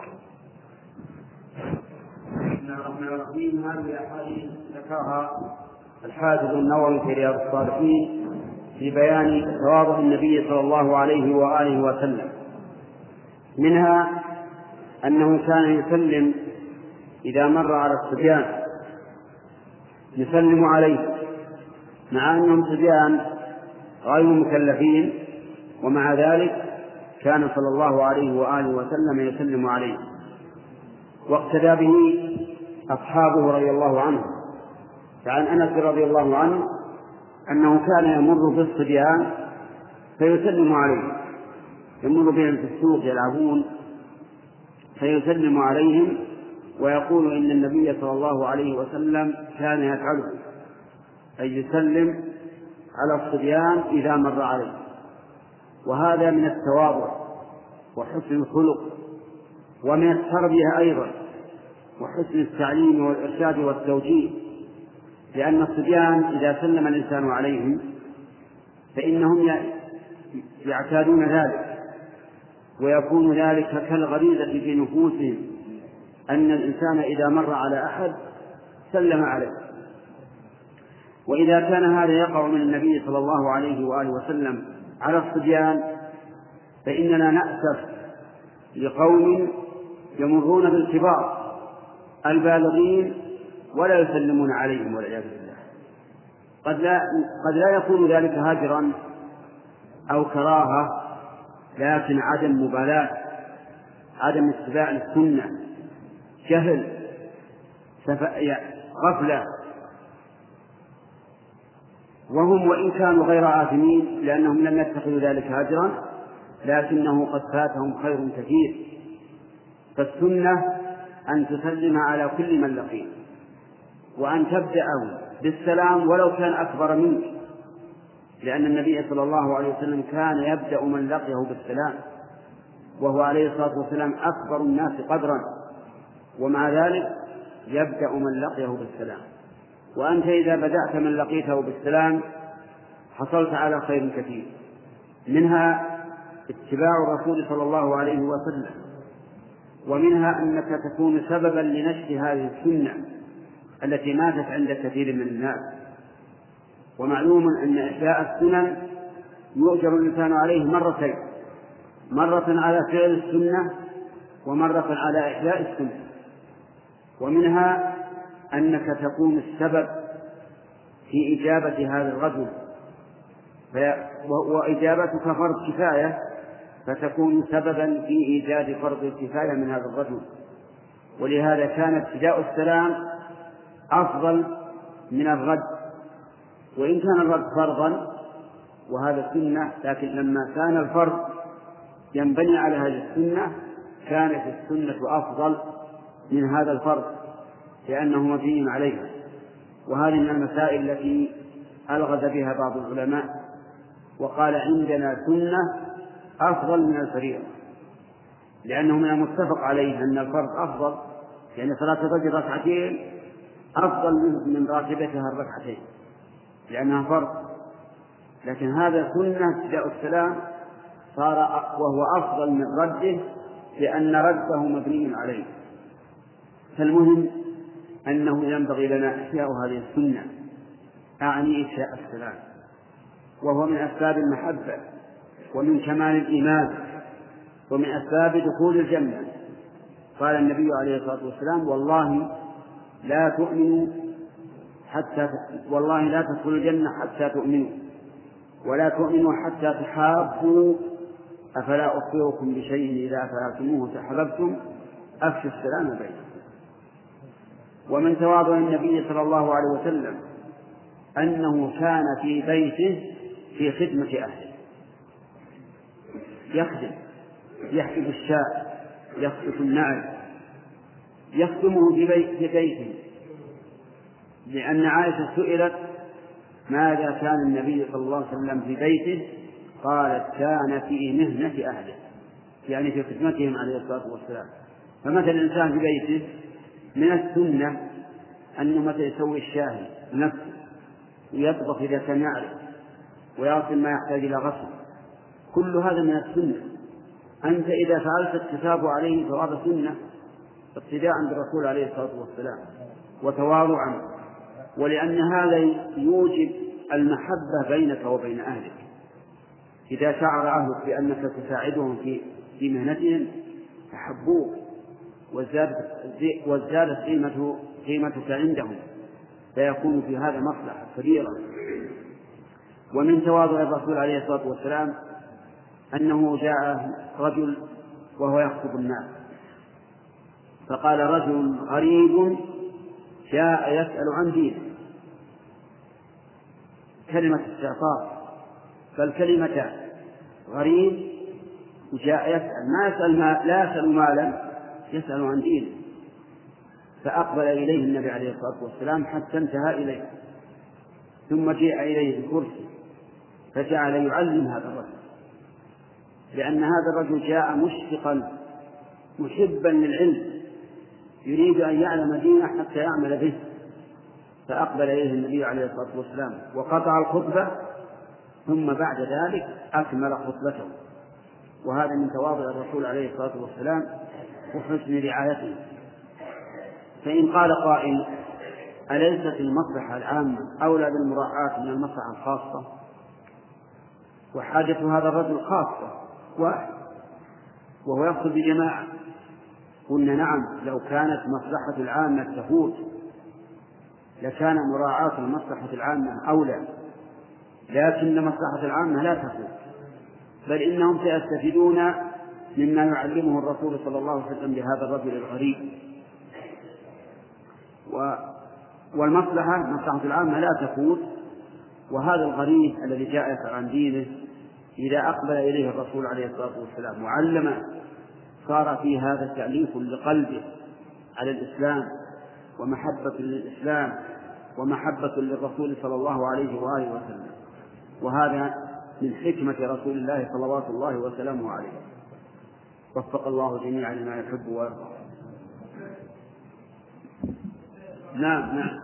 بسم الله الرحمن الرحيم. هذه الأحاديث ذكرها الحافظ النووي في رياض الصالحين في بيان تواضع النبي صلى الله عليه وآله وسلم. منها أنه كان يسلم إذا مر على الصبيان، يسلم عليه مع أنهم صبيان غير مكلفين، ومع ذلك كان صلى الله عليه وآله وسلم يسلم عليه، واقتدى به أصحابه رضي الله عنه. فعن أنس رضي الله عنه أنه كان يمر بالصبيان فيسلم عليه، يمر بهم في السوق يلعبون فيسلم عليهم ويقول إن النبي صلى الله عليه وسلم كان يفعله، أي يسلم على الصبيان إذا مر عليه. وهذا من التواضع وحسن الخلق ومن التربية أيضا وحسن التعليم والإرشاد والتوجيه، لأن الصبيان إذا سلم الإنسان عليهم فإنهم يعتادون ذلك، ويكون ذلك كالغريزة في نفوسهم أن الإنسان إذا مر على أحد سلم عليه. وإذا كان هذا يقع من النبي صلى الله عليه وآله وسلم على الصبيان فإننا نأسف لقوم يمرون بالكبار البالغين ولا يسلمون عليهم والعياذ بالله. قد لا, قد لا يكون ذلك هجرا أو كراهة، لكن عدم مبالاة، عدم اتباع السنة، جهل، غفلة. وهم وإن كانوا غير آثمين لأنهم لم يتخذوا ذلك هجرا، لكنه قد فاتهم خير كثير. فالسنة أن تسلم على كل من لقيه، وأن تبدأه بالسلام ولو كان أكبر منك، لأن النبي صلى الله عليه وسلم كان يبدأ من لقيه بالسلام، وهو عليه الصلاة والسلام أكبر الناس قدرا، ومع ذلك يبدأ من لقيه بالسلام. وأنت إذا بدأت من لقيته بالسلام حصلت على خير كثير، منها اتباع الرسول صلى الله عليه وسلم، ومنها أنك تكون سببا لنشر هذه السنة التي ماتت عند كثير من الناس. ومعلوم أن إحياء السنن يؤجر الإنسان عليه مرتين، مرة على فعل السنة ومرة على إحياء السنة. ومنها أنك تكون السبب في إجابة هذا الرجل، وإجابتك فرض كفاية، فتكون سببا في إيجاد فرض الكفاية من هذا الرجل. ولهذا كان ابتداء السلام أفضل من الرد، وإن كان الرد فرضا وهذا سنة، لكن لما كان الفرض ينبني على هذه السنة كانت السنة أفضل من هذا الفرض لأنه مبني عليها. وهذه من المسائل التي ألغز بها بعض العلماء وقال عندنا سنة أفضل من الفريضة، لأنه من المتفق عليه أن الفرض أفضل، يعني صلاة الرجل ركعتين أفضل من راتبتها الركعتين لأنها فرض. لكن هذا سنة ابتداء السلام صار وهو أفضل من رده لأن رده مبني عليه. فالمهم أنه ينبغي لنا إحياء هذه السنة، أعني إفشاء السلام، وهو من أسباب المحبة ومن كمال الإيمان ومن أسباب دخول الجنة. قال النبي عليه الصلاة والسلام والله لا تؤمنوا حتى والله لا تدخلوا الجنة حتى تؤمنوا، ولا تؤمنوا حتى تحابوا، أفلا أخبركم بشيء إذا فعلتموه تحببتم أفشوا السلام بينكم. ومن تواضع النبي صلى الله عليه وسلم أنه كان في بيته في خدمة أهله، يخدم، يحلب الشاة، يخطف النعل، يخدمه في بيته. لأن عائشة سئلت ماذا كان النبي صلى الله عليه وسلم في بيته، قالت كان في مهنة أهله، يعني في خدمتهم عليه الصلاة والسلام. فمثل الإنسان في بيته من السنة أنه متى يسوي الشاهي نفسه ويطبخ إذا كان يعرف ويغسل ما يحتاج إلى غسل، كل هذا من السنة. أنت إذا فعلت الكتاب عليه فهذا سنة اقتداء بالرسول عليه الصلاة والسلام وتواضعا، ولأن هذا يوجب المحبة بينك وبين أهلك. إذا شعر أهلك بأنك تساعدهم في في مهنتهم أحبوك وازدادت قيمته قيمتك عندهم، فيكون في هذا مصلحة كبيرة. ومن تواضع الرسول عليه الصلاة والسلام أنه جاء رجل وهو يخطب الناس، فقال رجل غريب جاء يسأل عن دينه، كلمة استعطاف، فالكلمتان غريب وجاء يسأل ما يسأل ما لا يسأل مالا، يسأل عن دينه. فأقبل إليه النبي عليه الصلاة والسلام حتى انتهى إليه، ثم جاء إليه بكرسي فجعل يعلم هذا الرجل، لأن هذا الرجل جاء مشفقا محبا للعلم يريد أن يعلم دينه حتى يعمل به. فأقبل إليه النبي عليه الصلاة والسلام وقطع الخطبة، ثم بعد ذلك أكمل خطبته. وهذا من تواضع الرسول عليه الصلاة والسلام وحسن رعايته. فإن قال قائل: أليست المصلحة العامة أولى بالمراعاة من المصلحة الخاصة؟ وحاجة هذا الرجل خاصة واحد وهو يقصد بجماعة. قلنا نعم، لو كانت مصلحة العامة تفوت لكان مراعاة المصلحة العامة أولى، لكن مصلحة العامة لا تفوت، بل إنهم سيستفيدون مما يعلمه الرسول صلى الله عليه وسلم لهذا الرجل الغريب. والمصلحة مصلحة العامة لا تفوت، وهذا الغريب الذي جاء يسأل عن دينه إذا أقبل إليه الرسول عليه الصلاة والسلام وعلم صار في هذا تأليف لقلبه على الإسلام ومحبة للإسلام ومحبة للرسول صلى الله عليه وآله وسلم. وهذا من حكمة رسول الله صلوات الله وسلامه عليه. وفق الله جميعا لما يحب ويرضى. نعم نعم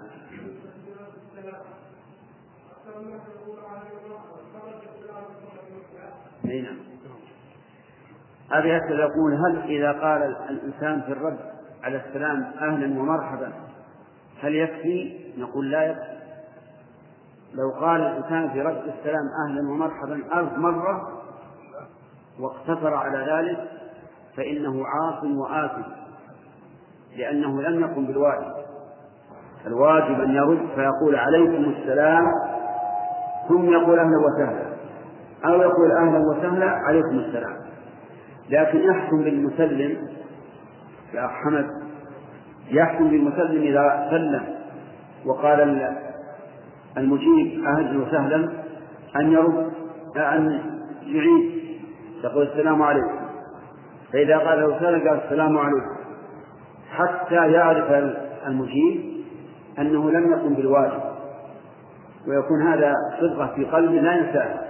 نعم أبي أسأل يقول: هل إذا قال الإنسان في الرد على السلام أهلا ومرحبا هل يكفي؟ نقول لا يكفي. لو قال الإنسان في رد السلام أهلا ومرحبا ألف مرة واقتصر على ذلك فإنه عاص وآثم، لأنه لم يقم بالواجب. الواجب أن يرد فيقول عليكم السلام ثم يقول أهلا وسهلا، أو يقول أهلا وسهلا عليكم السلام. لكن يحكم بالمسلم يا حمد، يحكم بالمسلم إذا سلم وقال المجيب أهلا وسهلا أن يرد أن يعيد يقول السلام عليكم، فإذا قال له سهلا قال السلام عليكم، حتى يعرف المجيب أنه لم يقم بالواجب، ويكون هذا صدقة في قلبه لا ينساه.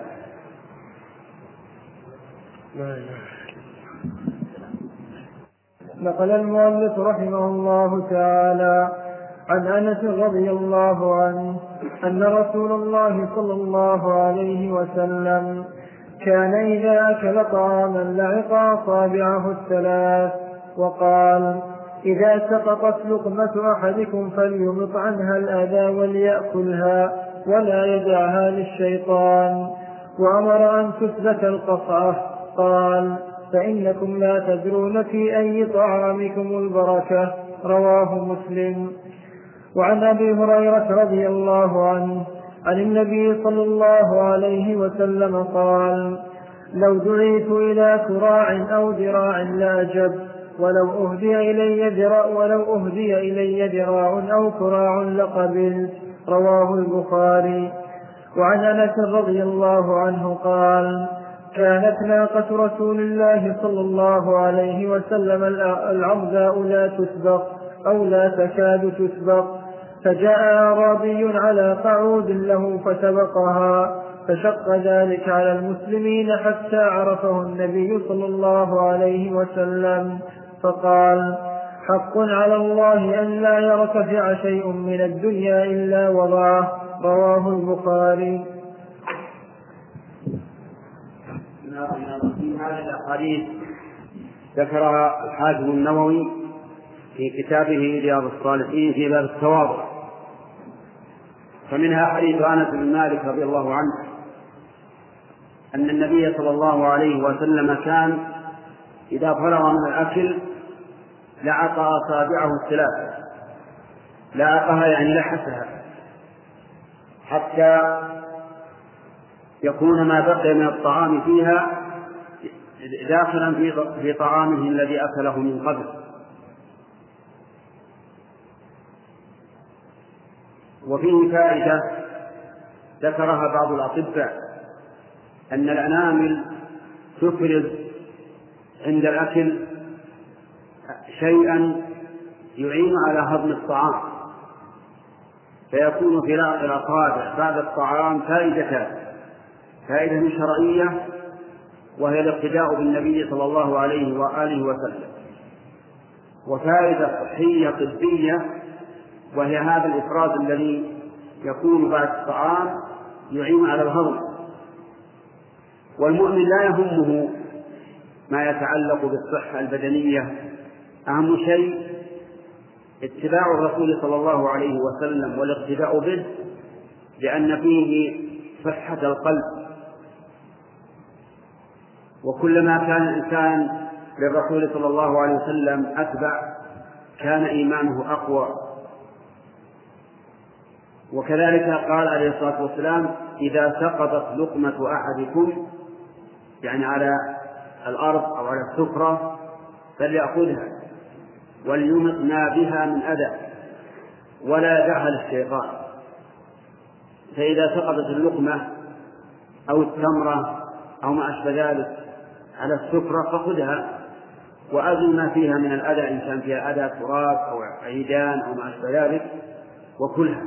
نقل المؤلف رحمه الله تعالى عن أنس رضي الله عنه أن رسول الله صلى الله عليه وسلم كان إذا أكل طعاما لعق أصابعه الثلاث وقال: إذا سقطت لقمة أحدكم فليمط عنها الأذى وليأكلها ولا يدعها للشيطان. وأمر أن تثبت القصعة. قال: فإنكم لا تدرون في أي طعامكم البركة. رواه مسلم. وعن أبي هريرة رضي الله عنه عن النبي صلى الله عليه وسلم قال: لو دعيت إلى كراع أو ذراع لأجب، ولو أهدي إلي ذراع ولو أهدي إلي ذراع أو كراع لقبلت. رواه البخاري. وعن أنس رضي الله عنه قال: كانت ناقة رسول الله صلى الله عليه وسلم العرضاء لا تسبق أو لا تكاد تسبق، فجاء أعرابي على قعود له فسبقها، فشق ذلك على المسلمين حتى عرفه النبي صلى الله عليه وسلم، فقال: حق على الله أن لا يرتفع شيء من الدنيا إلا وضعه. رواه البخاري. في هذه الأحاديث ذكرها الحافظ النووي في كتابه رياض الصالحين في باب التواضع، فمنها حديث أنس بن مالك رضي الله عنه أن النبي صلى الله عليه وسلم كان إذا فرغ من الأكل لعق أصابعه الثلاث، لعقها يعني لحسها حتى يكون ما بقي من الطعام فيها داخلا في طعامه الذي أكله من قبل. وفيه فائدة ذكرها بعض الأطباء أن الأنامل تفرز عند الأكل شيئا يعين على هضم الطعام، فيكون في الأصابع بعد الطعام فائدتان: فائدة شرعية وهي الاقتداء بالنبي صلى الله عليه وآله وسلم، وفائدة صحية طبية وهي هذا الإفراز الذي يكون بعد الطعام يعين على الهضم. والمؤمن لا يهمه ما يتعلق بالصحة البدنية، أهم شيء اتباع الرسول صلى الله عليه وسلم والاقتداء به، لأن فيه صحة القلب، وكلما كان الإنسان للرسول صلى الله عليه وسلم أتبع كان إيمانه أقوى. وكذلك قال عليه الصلاة والسلام: إذا سقطت لقمة أحدكم، يعني على الأرض أو على السفرة، فليأخذها وليمط ما بها من أذى ولا يدعها للشيطان. فإذا سقطت اللقمة أو التمرة أو ما أشبه ذلك على السفرة فخذها وأزل ما فيها من الأذى، إن كان فيها أذى تراب أو عيدان أو ما أشبه ذلك، وكلها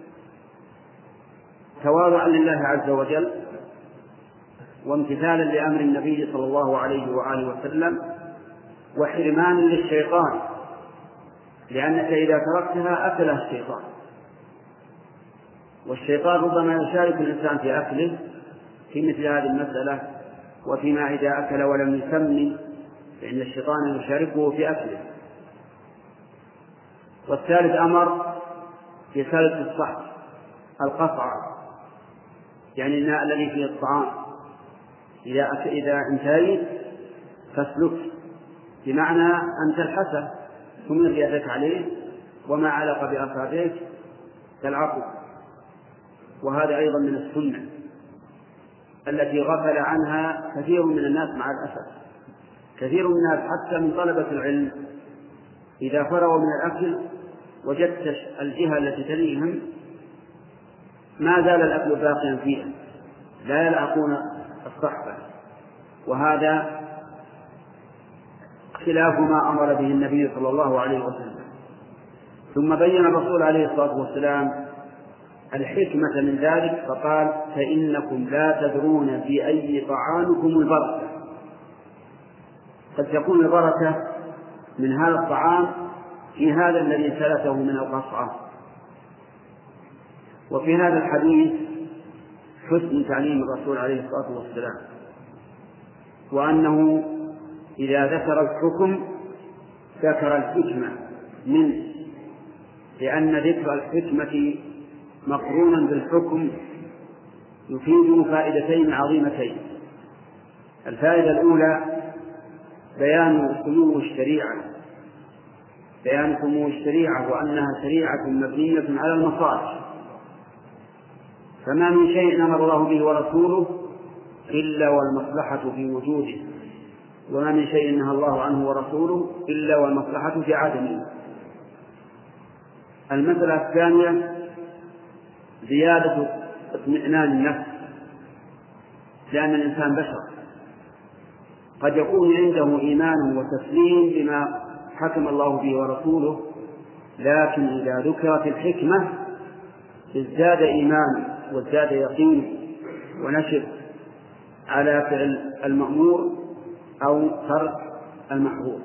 تواضعا لله عز وجل وامتثالا لأمر النبي صلى الله عليه وآله وسلم، وحرمانا للشيطان، لأنك إذا تركتها أكلها الشيطان، والشيطان ربما يشارك الإنسان في أكله في مثل هذه المسألة، وفيما إذا أكل ولم يسمن فإن الشيطان يشاركه في أكله. والثالث أمر في ثالث الصحت القطع، يعني الماء الذي فيه الطعام إذا إذا انتهيت فاسلك، بمعنى أن تلحسه ثم يدك عليه وما علق بأصابعك تلعقه. وهذا أيضا من السنة التي غفل عنها كثير من الناس مع الأسف. كثير من الناس حتى من طلبة العلم إذا فرغوا من الأكل وجدت الجهة التي تليهم ما زال الأكل باقيا فيها، لا يلعقون الصحبة، وهذا خلاف ما أمر به النبي صلى الله عليه وسلم. ثم بين الرسول عليه الصلاة والسلام الحكمة من ذلك فقال: فإنكم لا تدرون في أي طعامكم البركة. قد تكون البركة من هذا الطعام في هذا الذي سلته من القصعة. وفي هذا الحديث حسن تعليم الرسول عليه الصلاة والسلام، وأنه إذا ذكر الحكم ذكر الحكمة منه، لأن ذكر الحكمة مقرونا بالحكم يفيد فائدتين عظيمتين. الفائدة الأولى بيان سمو الشريعة بيان سمو الشريعة وأنها شريعة مبنية على المصالح، فما من شيء أمر الله به ورسوله إلا والمصلحة في وجوده، وما من شيء نهى الله عنه ورسوله إلا والمصلحة في عدمه. المسألة الثانية زيادة اطمئنان النفس، لأن الإنسان بشر قد يكون عنده إيمان وتسليم بما حكم الله به ورسوله، لكن إذا ذكرت الحكمة ازداد إيمان وازداد يقين ونشر على فعل المأمور أو ترك المحظور.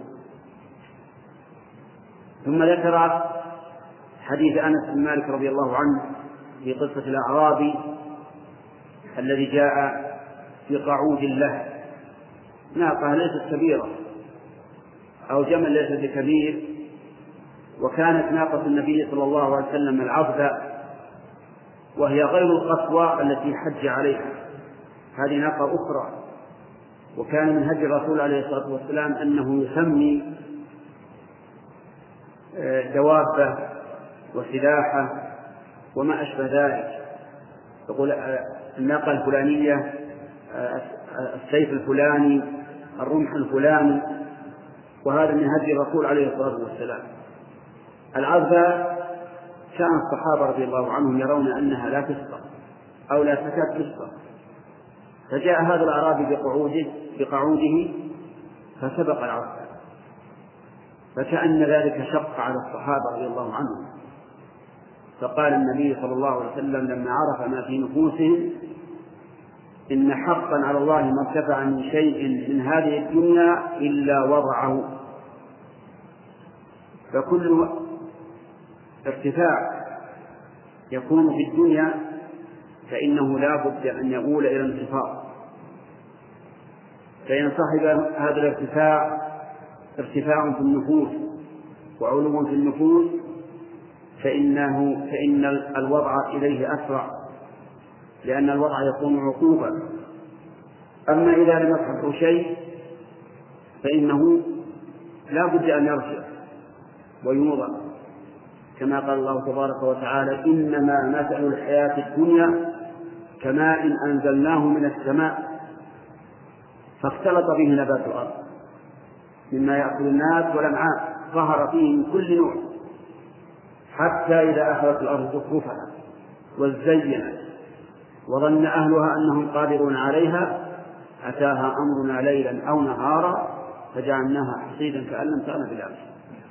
ثم ذكر حديث أنس بن مالك رضي الله عنه في قصة الأعرابي الذي جاء في قعود له، ناقة ليست كبيرة أو جمل ليس بكبير، وكانت ناقة النبي صلى الله عليه وسلم العظبة، وهي غير القصوى التي حج عليها، هذه ناقة أخرى. وكان من هدي الرسول عليه الصلاة والسلام أنه يسمي دوابة وسلاحة وما أشبه ذلك، يقول الناقة الفلانية، السيف الفلاني، الرمح الفلاني، وهذا من هدي الرسول عليه الصلاة والسلام. العظبة كان الصحابة رضي الله عنهم يرون أنها لا تسقط أو لا تكاد تسقط، فجاء هذا الأعرابي بقعوده بقعوده فسبق العرش، فكأن ذلك شق على الصحابة رضي الله عنهم، فقال النبي صلى الله عليه وسلم لما عرف ما في نفوسهم: إن حقا على الله ما ارتفع من شيء من هذه الدنيا إلا وضعه. فكل ارتفاع يكون في الدنيا فإنه لا بد أن يؤول إلى انخفاض، فإن صاحب هذا الارتفاع ارتفاع في النفوس وعلو في النفوس فإنه فإن الوضع إليه أسرع، لأن الوضع يكون عقوبة. أما إذا لم يصحبه شيء فإنه لا بد أن يرجع ويوضع، كما قال الله تبارك وتعالى: إنما مثل الحياة الدنيا كماء أنزلناه من السماء فاختلط به نبات الأرض مما يأكل الناس والأنعام ظهر فيه من كل نوع، حتى إذا أخذت الأرض زخرفها وزينت وظن أهلها أنهم قادرون عليها أتاها أمرنا ليلا أو نهارا فجعلناها حصيدا كأن لم تغن بالأمس.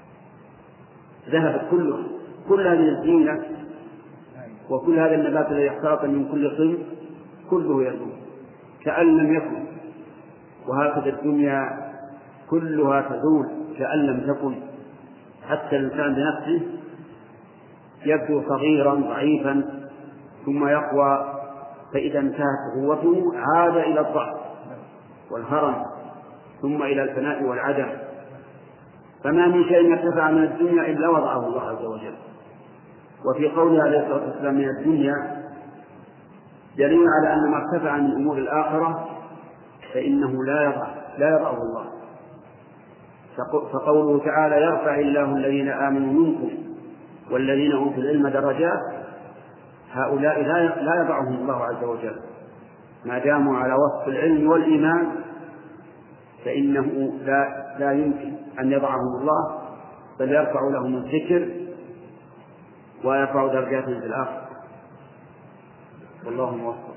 ذهبت كله كل هذه الزينة وكل هذا النبات الذي اختلط من كل صنف كله يزول كأن لم يكن. وهكذا الدنيا كلها تزول كأن لم تكن، حتى الإنسان بنفسه يبدو صغيرا ضعيفا ثم يقوى، فإذا انتهت قوته عاد إلى الضعف والهرم ثم إلى الفناء والعدم. فما من شيء يرتفع من الدنيا إلا وضعه الله عز وجل. وفي قوله عليه الصلاة والسلام من الدنيا دليل على أن ما ارتفع من أمور الآخرة فإنه لا يضع لا يضعه الله. فقوله تعالى: يرفع الله الذين آمنوا منكم والذين أوتوا العلم درجات، هؤلاء لا يضعهم الله عز وجل ما داموا على وصف العلم والإيمان، فإنه لا, لا يمكن أن يضعهم الله، بل يرفع لهم الذكر ويرفع درجاتهم في الآخرة. والله موفق.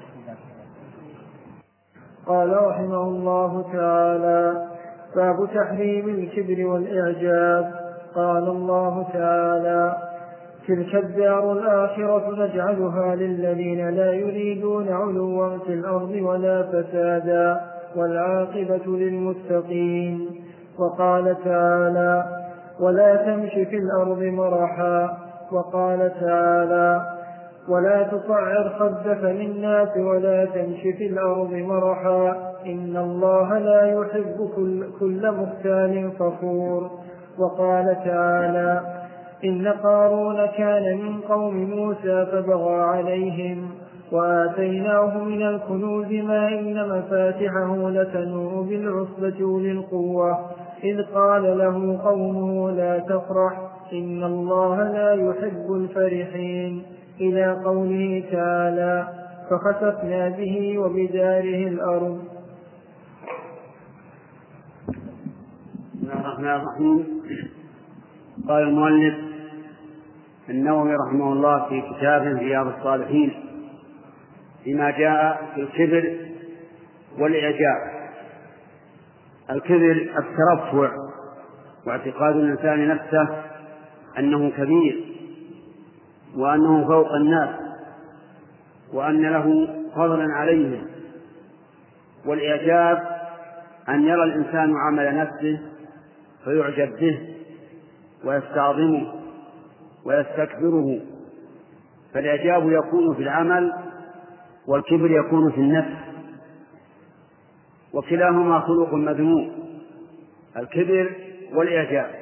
قال رحمه الله تعالى: باب تحريم الكبر والإعجاب. قال الله تعالى: تلك الدار الآخرة نجعلها للذين لا يريدون علوا في الأرض ولا فسادا والعاقبة للمتقين. وقال تعالى: ولا تمش في الأرض مرحا. وقال تعالى: ولا تصعر خدك للناس ولا تمش في الأرض مرحا إن الله لا يحب كل, كل مختال فخور. وقال تعالى: إن قارون كان من قوم موسى فبغى عليهم وآتيناه من الكنوز ما إن مفاتحه لتنوء بالعصبة أولي القوة إذ قال له قومه لا تفرح إن الله لا يحب الفرحين، إلى قوله تعالى: فخسفنا به وبداره الأرض. بسم الله الرحمن الرحيم. قال المؤلف النووي رحمه الله في كتابه رياض الصالحين فيما جاء في الكبر والإعجاب. الكبر الترفع واعتقاد الإنسان نفسه أنه كبير وأنه فوق الناس وأن له فضلا عليهم. والإعجاب أن يرى الإنسان عمل نفسه فيعجب به ويستعظمه ويستكبره، فالإعجاب يكون في العمل والكبر يكون في النفس، وكلاهما خلق مذموم، الكبر والإعجاب.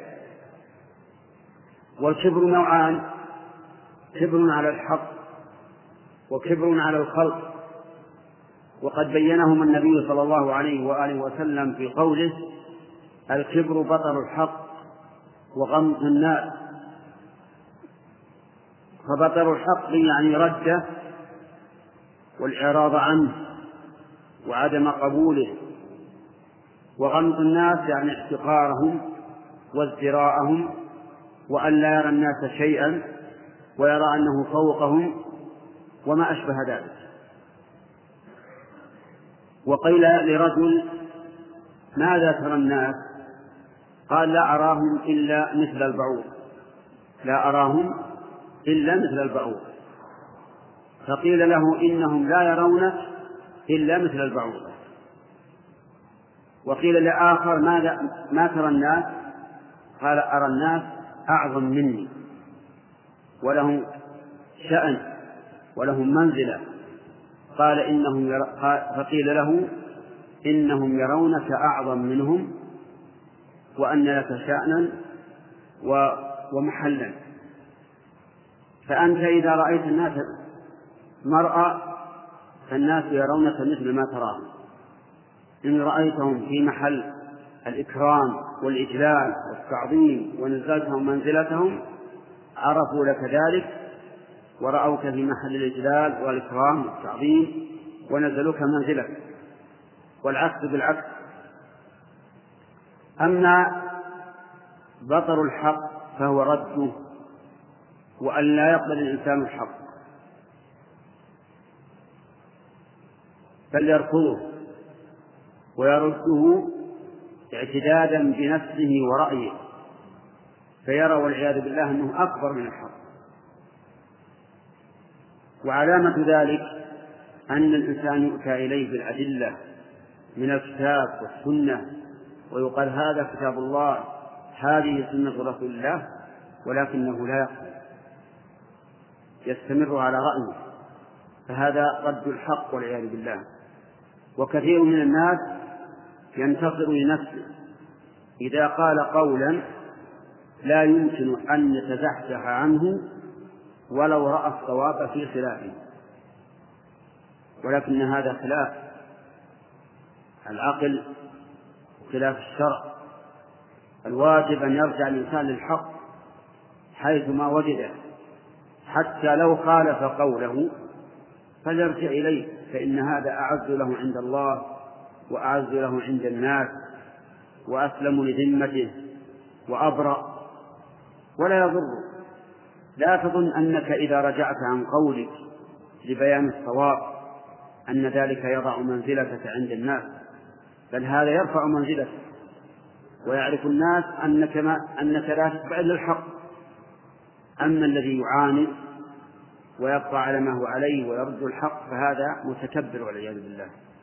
والكبر نوعان: كبر على الحق وكبر على الخلق، وقد بينهما النبي صلى الله عليه وآله وسلم في قوله: الكبر بطر الحق وغمط الناس. فبطر الحق يعني رده والإعراض عنه وعدم قبوله، وغمط الناس يعني احتقارهم وازدراءهم وأن لا يرى الناس شيئا ويرى أنه فوقهم وما أشبه ذلك. وقيل لرجل ماذا ترى الناس؟ قال لا أراهم إلا مثل البعوض، لا أراهم إلا مثل البعوض. فقيل له إنهم لا يرونك إلا مثل البعوض. وقيل لآخر ماذا ما ترى الناس؟ قال أرى الناس أعظم مني ولهم شأن ولهم منزلة. قال إنهم ير... فقيل له إنهم يرونك أعظم منهم وأن لك شأنا و... ومحلا. فأنت إذا رأيت الناس مرأة فالناس يرونك مثل ما تراهم، إن رأيتهم في محل الإكرام والإجلال والتعظيم ونزلتهم منزلتهم عرفوا لك ذلك ورأوك في محل الإجلال والإكرام والتعظيم ونزلوك منزلك، والعكس بالعكس. أما بطر الحق فهو رده، وأن لا يقبل الإنسان الحق بل يرفضه ويرده اعتدادا بنفسه ورأيه، فيرى والعياذ بالله أنه أكبر من الحق. وعلامة ذلك أن الإنسان يؤتى إليه بالأدلة من الكتاب والسنة ويقال هذا كتاب الله هذه سنة رسول الله، ولكنه لا يقبل، يستمر على رأيه، فهذا رد الحق والعياذ بالله. وكثير من الناس ينتصر لنفسه إذا قال قولا لا يمكن أن يتزحزح عنه ولو رأى الصواب في خلافه، ولكن هذا خلاف العقل وخلاف الشرع. الواجب أن يرجع الإنسان للحق حيثما وجده، حتى لو خالف قوله فليرجع إليه، فإن هذا أعز له عند الله وأعز له عند الناس وأسلم لذمته وأبرأ ولا يضر. لا تظن أنك إذا رجعت عن قولك لبيان الصواب أن ذلك يضع منزلتك عند الناس، بل هذا يرفع منزلتك ويعرف الناس أنك, ما أنك لا تتبع إلا الحق. أما الذي يعاند ويبقى على ما هو عليه ويرد الحق فهذا متكبر والعياذ بالله.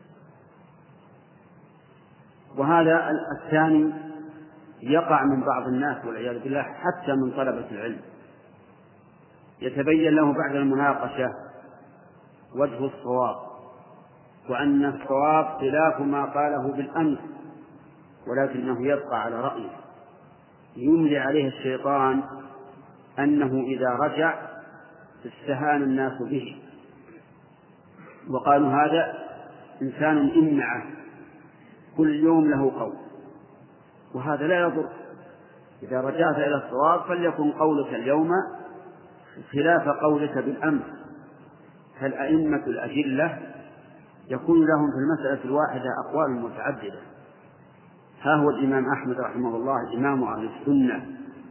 وهذا الثاني يقع من بعض الناس والعياذ بالله، حتى من طلبة العلم، يتبين له بعد المناقشة وجه الصواب وأن الصواب خلاف ما قاله بالأمس، ولكنه يبقى على رأيه، يملي عليه الشيطان أنه إذا رجع استهان الناس به وقالوا هذا إنسان إمعة كل يوم له قول، وهذا لا يضر. إذا رجعت إلى الصواب فليكن قولك اليوم خلاف قولك بالأمس. فالأئمة الأجلة يكون لهم في المسألة الواحدة أقوال متعددة. ها هو الإمام أحمد رحمه الله إمام أهل السنة،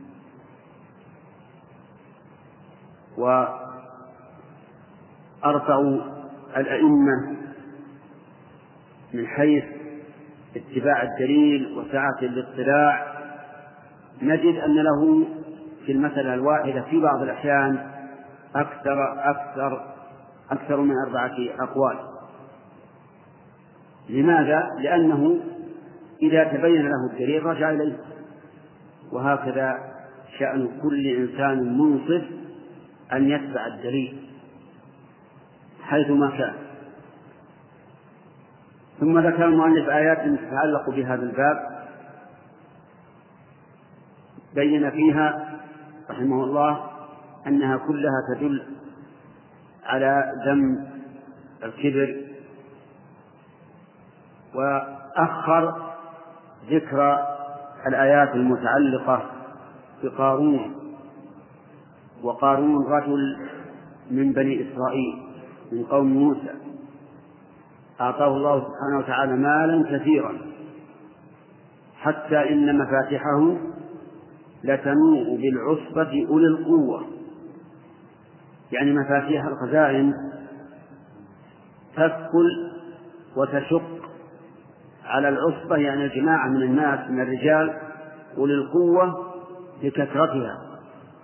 وأرفع الأئمة من حيث اتباع الدليل وسعة الاطلاع، نجد أن له في المسألة الواحدة في بعض الأحيان أكثر أكثر أكثر من أربعة أقوال. لماذا؟ لأنه إذا تبين له الدليل رجع إليه، وهكذا شأن كل إنسان منصف أن يتبع الدليل حيثما كان. ثم ذكر المؤلف آيات تتعلق بهذا الباب بين فيها رحمه الله أنها كلها تدل على ذم الكبر، وأخر ذكر الآيات المتعلقة بقارون. وقارون رجل من بني إسرائيل من قوم موسى، أعطاه الله سبحانه وتعالى مالا كثيرا حتى إن مفاتحه لتنوء بالعصبة أولي القوة، يعني مفاتيح الخزائن تثقل وتشق على العصبة يعني الجماعة من الناس من الرجال وللقوة لكثرتها،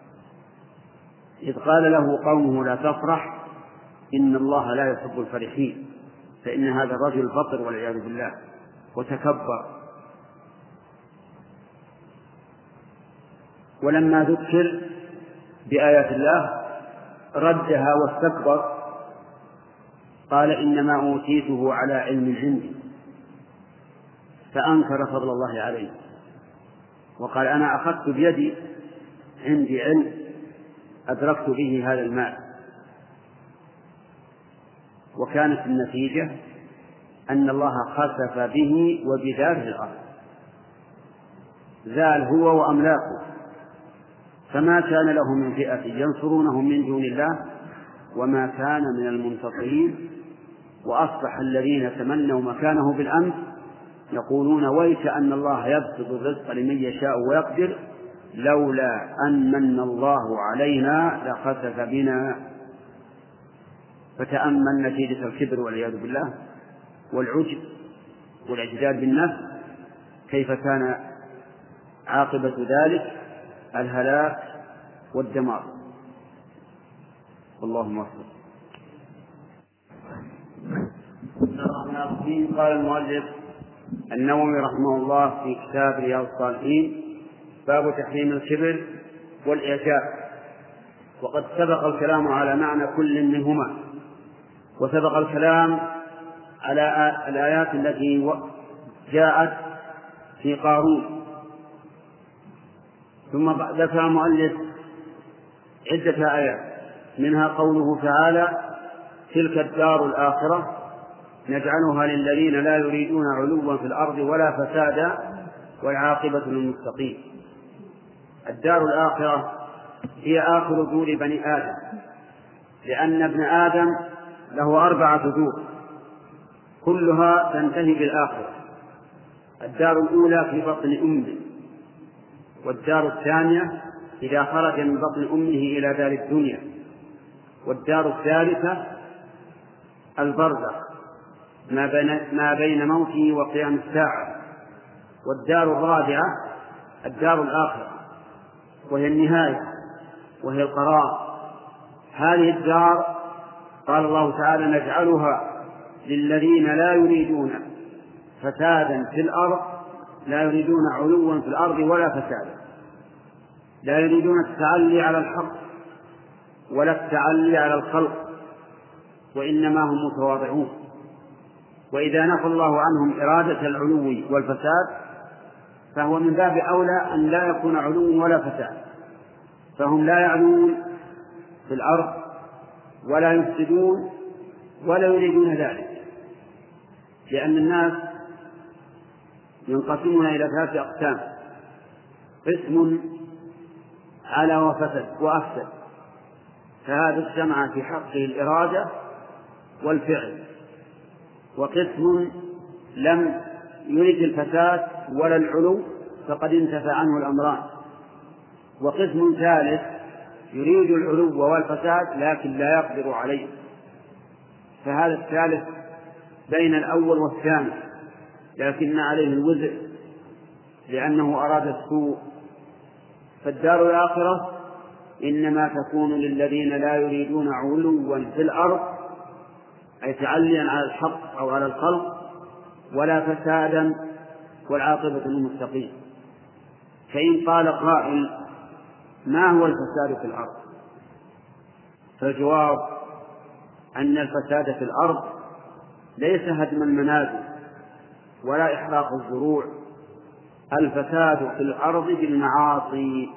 إذ قال له قومه لا تفرح إن الله لا يحب الفرحين، فإن هذا الرجل بطر والعياذ بالله وتكبر. ولما ذكر بآيات الله ردها واستكبر، قال إنما أوتيته على علم عندي، فأنكر فضل الله عليه وقال أنا أخذت بيدي، عندي علم أدركت به هذا المال. وكانت النتيجة أن الله خسف به وبداره الأرض، زال هو وأملاكه، فما كان له من فئة ينصرونه من دون الله وما كان من المنتصرين. وأصبح الذين تمنوا مكانه بالأمس يقولون ويك أن الله يبسط الرزق لمن يشاء ويقدر لولا أن من الله علينا لخسف بنا. فتأمل نتيجة الكبر والعياذ بالله والعجب والاعتداد بالنفس، كيف كان عاقبة ذلك الهلاك والدمار. اللهم اغفر. قال المؤلف النووي رحمه الله في كتاب رياض الصالحين باب تحريم الكبر والإعجاب، وقد سبق الكلام على معنى كل منهما، وسبق الكلام على الآيات التي جاءت في قارون. ثم ذكر المؤلف عدة آيات منها قوله تعالى تلك الدار الآخرة نجعلها للذين لا يريدون علوا في الأرض ولا فسادا والعاقبة للمتقين. الدار الآخرة هي آخر دور بني آدم، لأن ابن آدم له أربعة دور كلها تنتهي بالآخرة. الدار الأولى في بطن أمه، والدار الثانية إذا خرج من بطن أمه إلى دار الدنيا، والدار الثالثة البرزخ ما بين, ما بين موته وقيام الساعة، والدار الرابعة الدار الآخرة وهي النهاية وهي القرار. هذه الدار قال الله تعالى نجعلها للذين لا يريدون فسادا في الأرض، لا يريدون علوا في الأرض ولا فسادا، لا يريدون التعلي على الحق ولا التعلي على الخلق، وإنما هم متواضعون. وإذا نفى الله عنهم إرادة العلو والفساد فهو من باب أولى أن لا يكون علو ولا فساد، فهم لا يعلون في الأرض ولا يفسدون ولا يريدون ذلك، لأن الناس ينقسمون إلى ثلاثة أقسام: قسم على وفسد وأفسد، فهذا اجتمع في حقه الإرادة والفعل، وقسم لم يرد الفساد ولا العلو فقد انتفى عنه الأمران، وقسم ثالث يريد العلو والفساد لكن لا يقدر عليه، فهذا الثالث بين الأول والثاني لكن عليه الوزر لأنه أراد السوء. فالدار الآخرة إنما تكون للذين لا يريدون علوا في الأرض أي تعليا على الحق أو على الخلق ولا فسادا والعاقبة للمتقين. فإن قال قائل ما هو الفساد في الأرض؟ فالجواب أن الفساد في الأرض ليس هدم المنازل ولا إحراق الزروع، الفساد في الأرض بالمعاصي،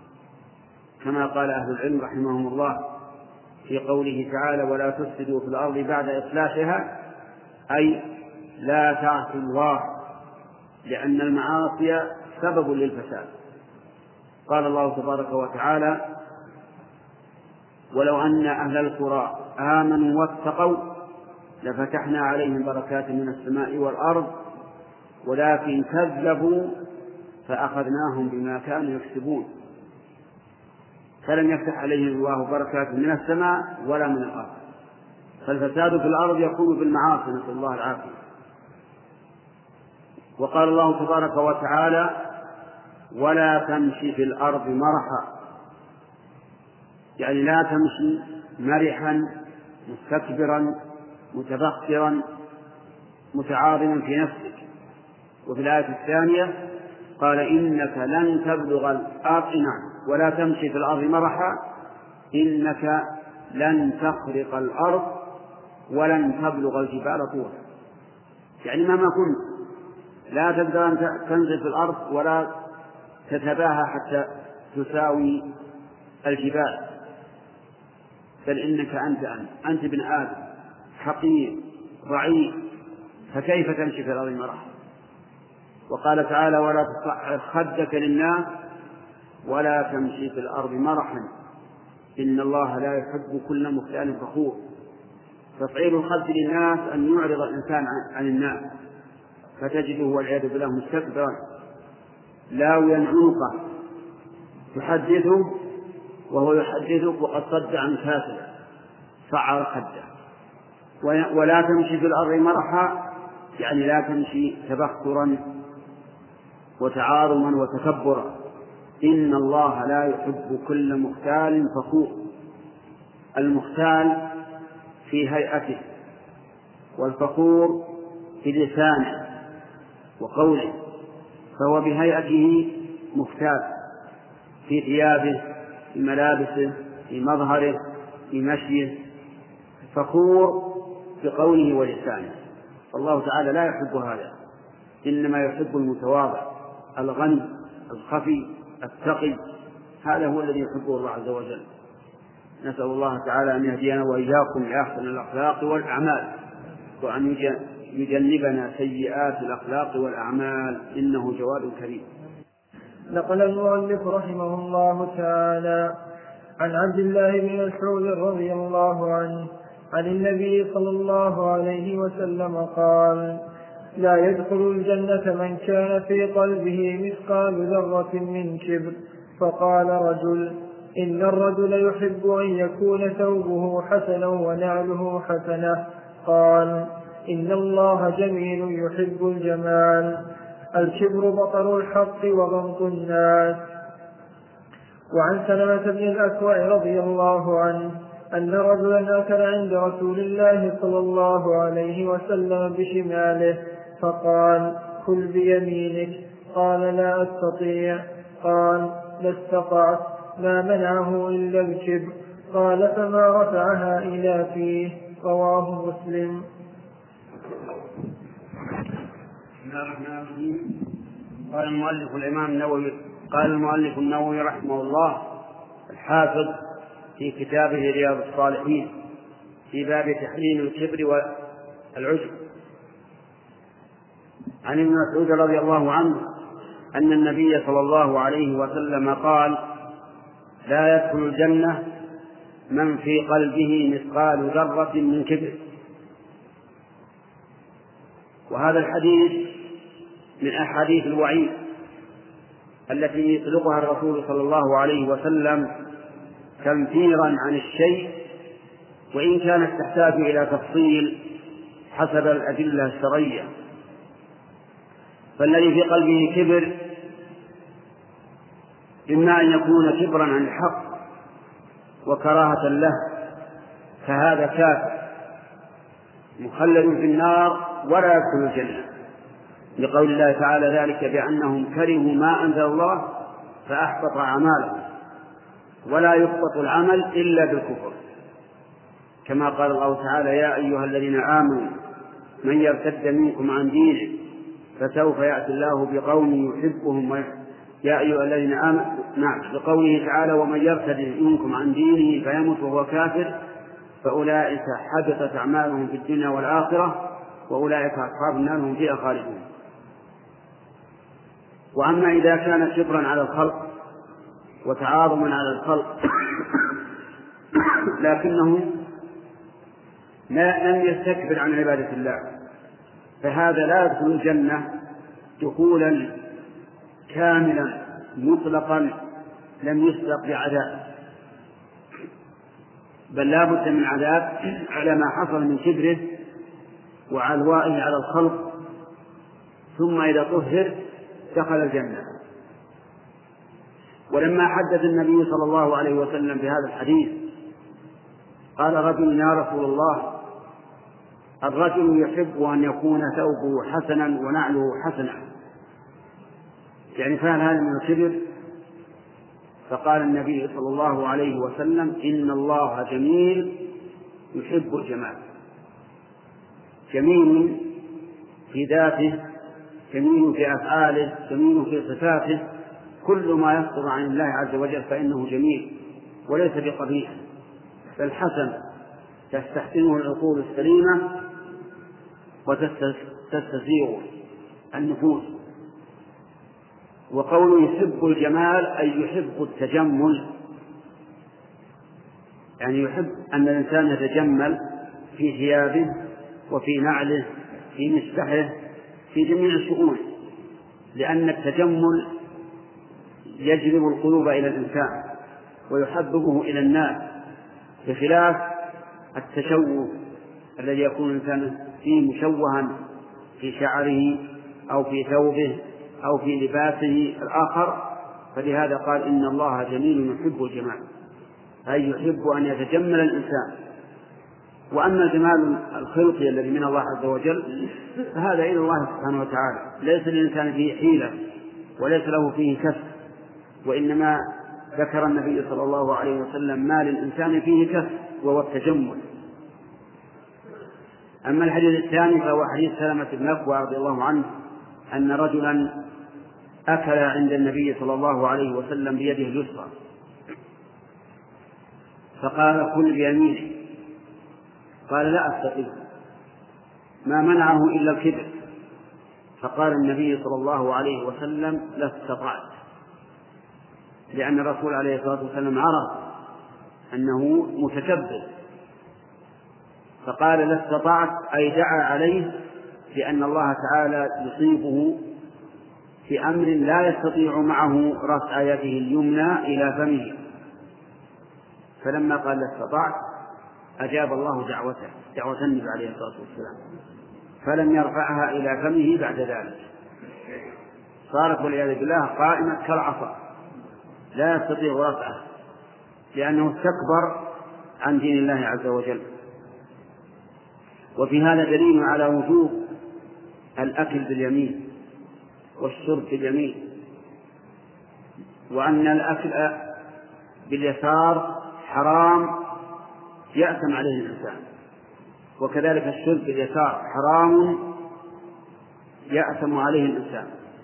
كما قال أهل العلم رحمهم الله في قوله تعالى ولا تفسدوا في الأرض بعد إصلاحها، أي لا تعصوا الله، لأن المعاصي سبب للفساد. قال الله تبارك وتعالى ولو أن أهل القرى آمنوا واتقوا لفتحنا عليهم بركات من السماء والأرض ولكن كذبوا فأخذناهم بما كانوا يكسبون. فلم يفتح عليهم الله بركات من السماء ولا من الأرض، فالفساد في الأرض يكون بالمعاصي، نسأل الله العافية. وقال الله تبارك وتعالى: ولا تمشي في الأرض مرحا، يعني لا تمشي مرحا مستكبرا متبخترا متعاظما في نفسك. وفي الآية الثانية قال: إنك لن تبلغ الأرض نعم ولا تمشي في الأرض مرحا إنك لن تخرق الأرض ولن تبلغ الجبال طولا. يعني مهما كنت لا تقدر أن تنزل في الأرض ولا تتباهى حتى تساوي الجبال، بل إنك أنت أنت, أنت ابن آدم حقير ضعيف، فكيف تمشي في الأرض مرحا؟ وقال تعالى: ولا تصعر خدك للناس ولا تمشي في الأرض مرحا إن الله لا يحب كل مختال فخور. تصعير الخد للناس أن يعرض الإنسان عن الناس، فتجده والعياذ بالله مستكبرا لاويا عنقه، تحدثه وهو يحدثك وقد صد عن كافر، صعر خده. ولا تمشي في الأرض مرحا يعني لا تمشي تبخترا وتعاظما وتكبرا، إن الله لا يحب كل مختال فخور. المختال في هيئته، والفخور في لسانه وقوله، فهو بهيئته مختال في ثيابه في ملابسه في مظهره في مشيه، فخور بقوله ولسانه. الله تعالى لا يحب هذا، إنما يحب المتواضع الغني الخفي التقي، هذا هو الذي يحبه الله عز وجل. نسأل الله تعالى أن يهدينا وإياكم لأحسن الأخلاق والأعمال، وأن يجنبنا سيئات الأخلاق والأعمال، إنه جواد كريم. نقل المؤلف رحمه الله تعالى عن عبد الله بن مسعود رضي الله عنه عن النبي صلى الله عليه وسلم قال: لا يدخل الجنة من كان في قلبه مثقال ذرة من كبر. فقال رجل: إن الرجل يحب أن يكون ثوبه حسنا ونعله حسنة. قال: إن الله جميل يحب الجمال. الكبر بطر الحق وغمط الناس. وعن سلمة بن الأكوع رضي الله عنه أن رجلا أكل عند رسول الله صلى الله عليه وسلم بشماله، فقال: كل بيمينك. قال: لا أستطيع. قال: لا استطعت. ما منعه إلا الكبر. قال: فما رفعها إلى فيه. رواه مسلم. قال المؤلف الإمام النووي قال المؤلف النووي رحمه الله الحافظ في كتابه رياض الصالحين في باب تحريم الكبر والعجب عن ابن مسعود رضي الله عنه أن النبي صلى الله عليه وسلم قال: لا يدخل الجنة من في قلبه مثقال ذرة من كبر. وهذا الحديث من أحاديث الوعيد التي يطلقها الرسول صلى الله عليه وسلم تنفيرا عن الشيء، وإن كانت تحتاج إلى تفصيل حسب الأدلة الشرعية. فالذي في قلبه كبر إما أن يكون كبرا عن الحق وكراهة له، فهذا كافر مخلد في النار ولا يدخل الجنة، لقول الله تعالى: ذلك بأنهم كرهوا ما أنزل الله فأحبط أعمالهم. ولا يحبط العمل إلا بالكفر، كما قال الله تعالى: يا أيها الذين آمنوا من يرتد منكم عن دينه فسوف يأتي الله بقوم يحبهم ويحب. يا أيها الذين آمنوا نعم بقوله تعالى: ومن يرتد منكم عن دينه فيمت وهو كافر فأولئك حبطت أعمالهم في الدنيا والآخرة وأولئك أصحاب النار هم فيها خالدون. وأما إذا كان كبرا على الخلق وتعاظما على الخلق لكنه لم يستكبر عن عبادة الله، فهذا لا يدخل الجنة دخولا كاملا مطلقا لم يسبق بعذاب، بل لا بد من عذاب على ما حصل من كبره وعلوائه على الخلق، ثم إذا طهر دخل الجنة. ولما حدث النبي صلى الله عليه وسلم بهذا الحديث قال رجل: يا رسول الله، الرجل يحب أن يكون ثوبه حسنا ونعله حسنا، يعني فهل هذا من الكبر؟ فقال النبي صلى الله عليه وسلم: إن الله جميل يحب الجمال. جميل في ذاته، جميل في أفعاله، جميل في صفاته، كل ما يصدر عن الله عز وجل فإنه جميل وليس بقبيح، بل حسن تستحسنه العقول السليمة وتستسيغه النفوس. وقوله يحب الجمال أي يحب التجمل، يعني يحب أن الإنسان يتجمل في ثيابه وفي نعله في مسبحه في جميع الشؤون، لأن التجمل يجلب القلوب إلى الإنسان ويحببه إلى الناس، بخلاف التشوه الذي يكون الإنسان فيه مشوها في شعره أو في ثوبه أو في لباسه الآخر. فلهذا قال: إن الله جميل يحب الجمال، أي يحب أن يتجمل الإنسان. وأما الجمال الخلقي الذي من الله عز وجل فهذا إلى الله سبحانه وتعالى، ليس للإنسان فيه حيلة وليس له فيه كسب، وإنما ذكر النبي صلى الله عليه وسلم ما للإنسان فيه كسب وهو التجمل. أما الحديث الثاني فهو حديث سلمة بن أكوع رضي الله عنه أن رجلا أكل عند النبي صلى الله عليه وسلم بيده اليسرى، فقال: كل بيمينه. قال: لا أستطيع. ما منعه إلا الكبر. فقال النبي صلى الله عليه وسلم: لا استطعت، لأن الرسول عليه الصلاة والسلام عرف أنه متكبر، فقال: لا استطعت، أي دعا عليه بأن الله تعالى يصيبه في أمر لا يستطيع معه رفع يده اليمنى إلى فمه. فلما قال: لا استطعت، أجاب الله دعوته دعوة النبي عليه الصلاة والسلام، فلم يرفعها إلى فمه بعد ذلك، صارت والعياذ بالله قائمة كالعصا لا يستطيع رفعه، لأنه استكبر عن دين الله عز وجل. وفي هذا دليل على وجوب الأكل باليمين والشرب باليمين، وأن الأكل باليسار حرام يأثم عليه الإنسان، وكذلك الشرب باليسار حرام يأثم عليه الإنسان،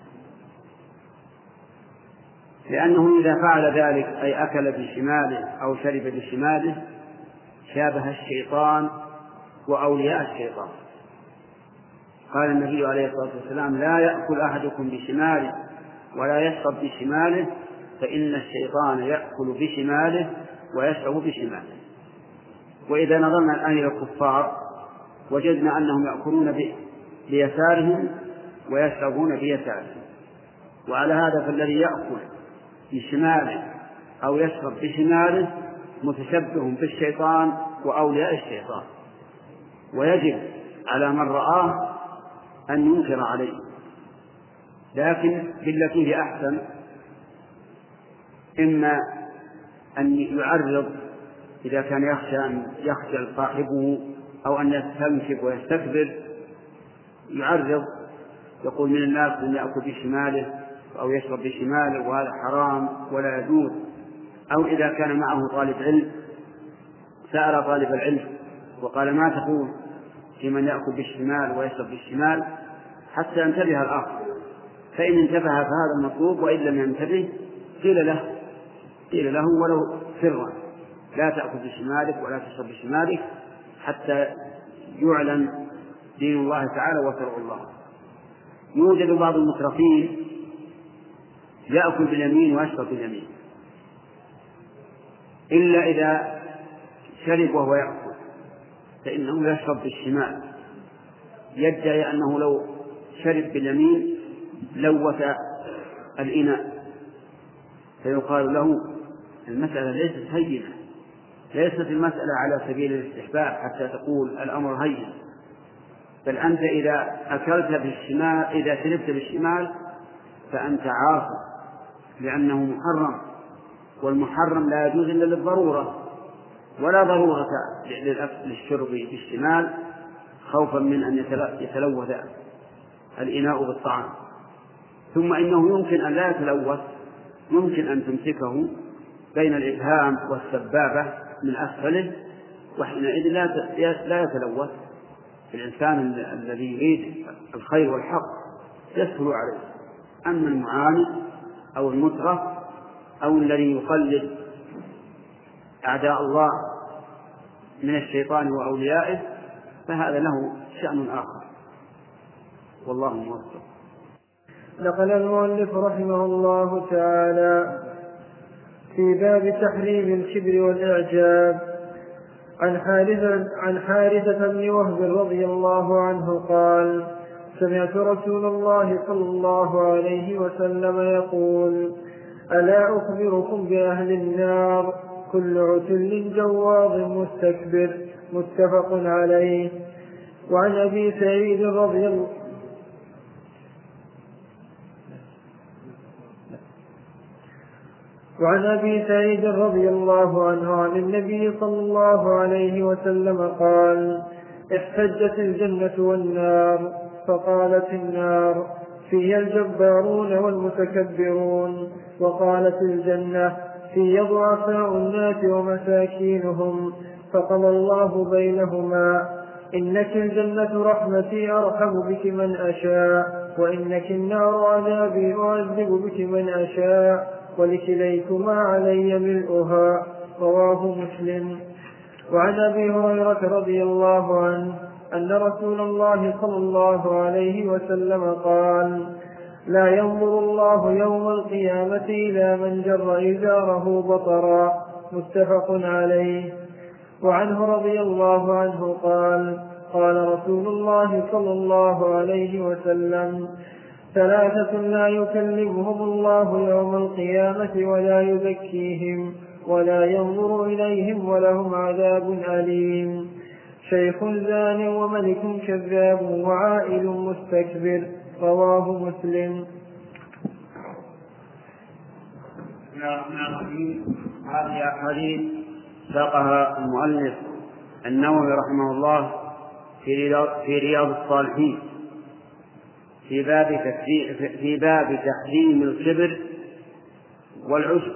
لأنه إذا فعل ذلك أي أكل بشماله أو شرب بشماله شابه الشيطان وأولياء الشيطان. قال النبي عليه الصلاة والسلام: لا يأكل أحدكم بشماله ولا يشرب بشماله، فإن الشيطان يأكل بشماله ويشرب بشماله. وإذا نظرنا الآن إلى الكفار وجدنا أنهم يأكلون بيسارهم ويشربون بيسارهم، وعلى هذا فالذي يأكل بشماله أو يشرب بشماله متشبه بالشيطان وأولياء الشيطان، ويجب على من رآه أن ينكر عليه، لكن بالتي هي أحسن، إما أن يعرض إذا كان يخشى أن يخجل صاحبه أو أن يستنكب ويستكبر، يعرض يقول: من الناس من يأكل بشماله أو يشرب بشماله وهذا حرام ولا يجوز. أو إذا كان معه طالب علم سأل طالب العلم وقال: ما تقول في من يأكل بالشمال ويشرب بالشمال؟ حتى ينتبه الآخر، فإن انتبه فهذا المطلوب، وإن لم ينتبه قيل له قيل له ولو سرا: لا تأكل بشمالك ولا تشرب بشمالك، حتى يعلن دين الله تعالى وشرع الله. يوجد بعض المترفين يأكل باليمين ويشرب باليمين، إلا إذا شرب وهو يأكل فإنه يشرب بالشمال، يدعي أنه لو شرب باليمين لوث الإناء، فيقال له: المسألة ليست هينة، ليست المسألة على سبيل الاستحباب حتى تقول الأمر هين، بل أنت إذا أكلت بالشمال إذا شربت بالشمال فأنت عاصي، لأنه محرم، والمحرم لا يجوز إلا للضرورة، ولا ضرورة للشرب بالشمال خوفا من أن يتلوث الإناء بالطعام. ثم إنه يمكن أن لا يتلوث، يمكن أن تمسكه بين الإبهام والسبابة من أسفله، وحينئذ لا يتلوث. الإنسان الذي يريد الخير والحق يسهل عليه. أما المعاند أو المترف أو الذي يقلد أعداء الله من الشيطان وأوليائه فهذا له شأن آخر، والله موفق. نقل المؤلف رحمه الله تعالى في باب تحريم الكبر والإعجاب عن حارثة, عن حارثة بن وهب رضي الله عنه قال: سمعت رسول الله صلى الله عليه وسلم يقول: ألا أخبركم بأهل النار كل عتل جواظ مستكبر، متفق عليه. وعن أبي سعيد رضي الله وعن أبي سعيد رضي الله عنه عن النبي صلى الله عليه وسلم قال: احتجت الجنة والنار، فقالت النار: في الجبارون والمتكبرون، وقالت الجنة: في ضعفاء الناس ومساكينهم، فقضى الله بينهما: إنك الجنة رحمتي أرحم بك من أشاء، وإنك النار عذابي أعذب بك من أشاء، ولكليكما علي ملؤها. رواه مسلم. وعن أبي هريرة رضي الله عنه أن رسول الله صلى الله عليه وسلم قال: لا ينظر الله يوم القيامة إلى من جر إزاره بطرا، متفق عليه. وعنه رضي الله عنه قال: قال رسول الله صلى الله عليه وسلم: ثلاثة لا يكلمهم الله يوم القيامة ولا يزكيهم ولا ينظر إليهم ولهم عذاب أليم: شيخ زان وملك كذاب وعائل مستكبر. رواه مسلم. بسم الله الرحمن الرحيم. هذه أحاديث ساقها المؤلف النووي رحمه الله في رياض الصالحين في باب في باب تحريم الكبر والعجب.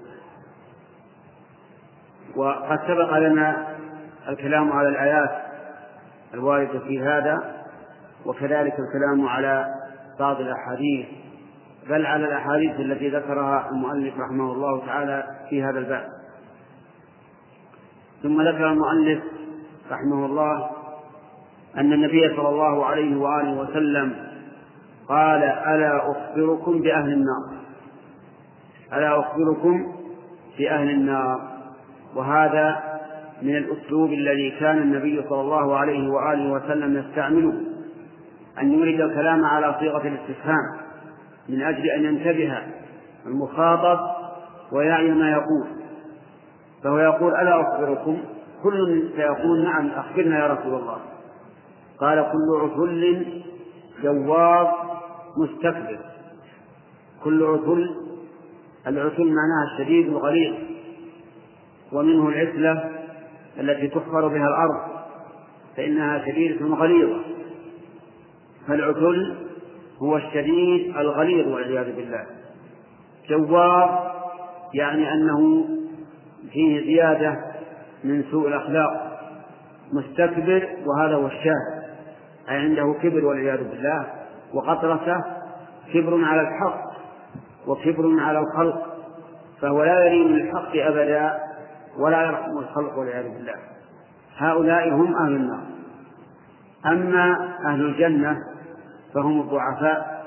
وقد سبق لنا الكلام على الآيات الواردة في هذا، وكذلك الكلام على بعض الأحاديث، بل على الأحاديث التي ذكرها المؤلف رحمه الله تعالى في هذا الباب. ثم ذكر المؤلف رحمه الله أن النبي صلى الله عليه وآله وسلم قال: ألا أخبركم بأهل النار، ألا أخبركم بأهل النار. وهذا من الأسلوب الذي كان النبي صلى الله عليه وآله وسلم يستعمله، أن يريد الكلام على صيغة الاستفهام من أجل أن ينتبه المخاطب ويعي ما يقول. فهو يقول: ألا أخبركم؟ كل سيقول: نعم أخبرنا يا رسول الله. قال: كل عتل جواظ مستكبر. كل عتل، العتل معناها الشديد الغليظ، ومنه العتلة التي تحفر بها الأرض فإنها شديدة غليظة. فالعتل هو الشديد الغليظ والعياذ بالله. جواظ يعني أنه فيه زيادة من سوء الأخلاق. مستكبر وهذا هو الشاهد، أي عنده كبر والعياذ بالله، وقطرته كبر على الحق وكبر على الخلق، فهو لا يلين الحق أبدا ولا يرحم الخلق والعياذ بالله. هؤلاء هم أهل النار. أما أهل الجنة فهم الضعفاء،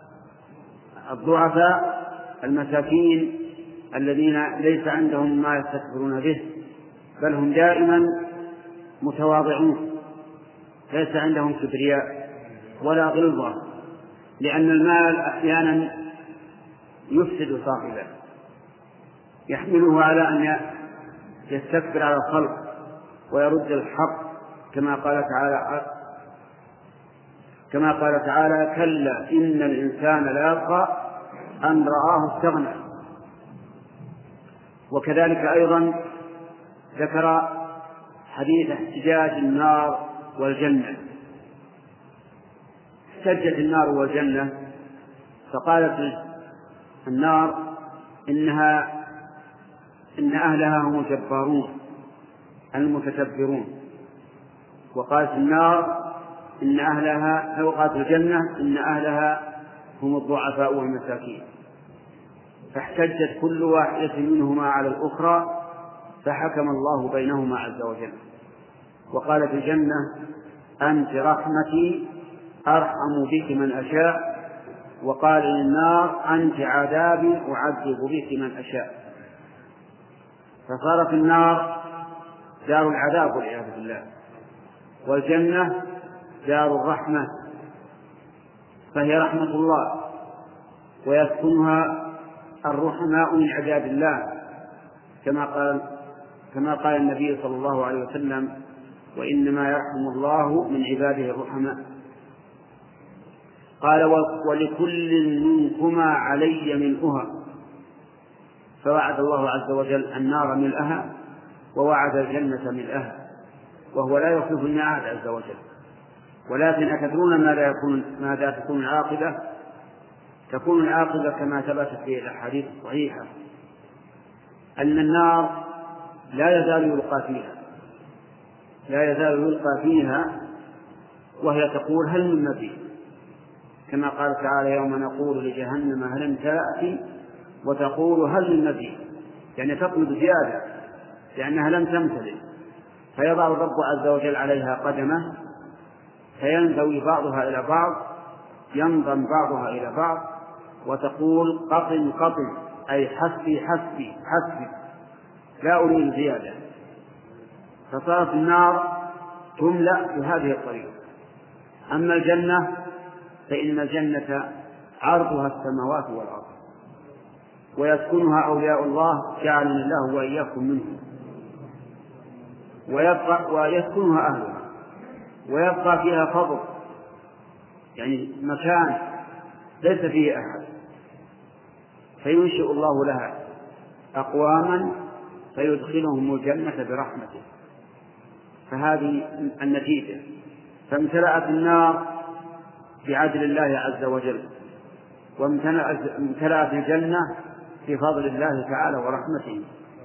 الضعفاء المساكين الذين ليس عندهم ما يستكبرون به، بل هم دائما متواضعون، ليس عندهم كبرياء ولا غلظة، لأن المال أحيانا يفسد صاحبه، يحمله على أن يستكبر على الخلق ويرد الحق، كما قال تعالى: كما قال تعالى: كلا إن الإنسان ليطغى أن رآه استغنى. وكذلك أيضا ذكر حديث احتجاج النار والجنة. احتجت النار والجنة فقالت النار إنها إن أهلها هم الجبارون المتكبرون، وقالت النار إن أهلها وقالت الجنة إن أهلها هم الضعفاء والمساكين. فاحتجت كل واحدة منهما على الأخرى فحكم الله بينهما عز وجل. وقالت الجنة: أنت رحمتي أرحم بك من أشاء. وقال للنار: أنت عذابي أعذب بك من أشاء. فصارت النار دار العذاب والعياذ بالله، والجنة دار الرحمة، فهي رحمة الله ويسكنها الرحماء من عباد الله، كما قال كما قال النبي صلى الله عليه وسلم: وإنما يرحم الله من عباده الرحماء. قال: ولكل منكما علي ملؤها. فوعد الله عز وجل النار ملئها ووعد الجنة ملئها، وهو لا يخلف الميعاد عز وجل. ولكن أتدرون ماذا يكون ماذا تكون العاقبة؟ تكون العاقبة كما ثبتت في الأحاديث الصحيحة أن النار لا يزال يلقى فيها لا يزال يلقى فيها وهي تقول: هل من مزيد؟ كما قال تعالى: يوم نقول لجهنم هل امتلأت وتقول هل من مزيد، يعني تطلب زيادة لأنها لم تمتلئ. فيضع الرب عز وجل عليها قدمه فينزوي بعضها إلى بعض، ينضم بعضها إلى بعض، وتقول: قطن قطن، أي حسبي حسبي حسبي، لا أريد زيادة. فصارت النار تملأ بهذه الطريقة. أما الجنة فإن الجنة عرضها السماوات والأرض، ويسكنها أولياء الله جعلنا الله وإياكم منهم، ويبقى ويسكنها أهلها، ويبقى فيها فضل، يعني مكان ليس فيه أحد، فينشئ الله لها أقواما فيدخلهم الجنة برحمته. فهذه النتيجة. فامتلأت النار بعدل الله عز وجل، وامتلأت الجنة بفضل الله تعالى ورحمته.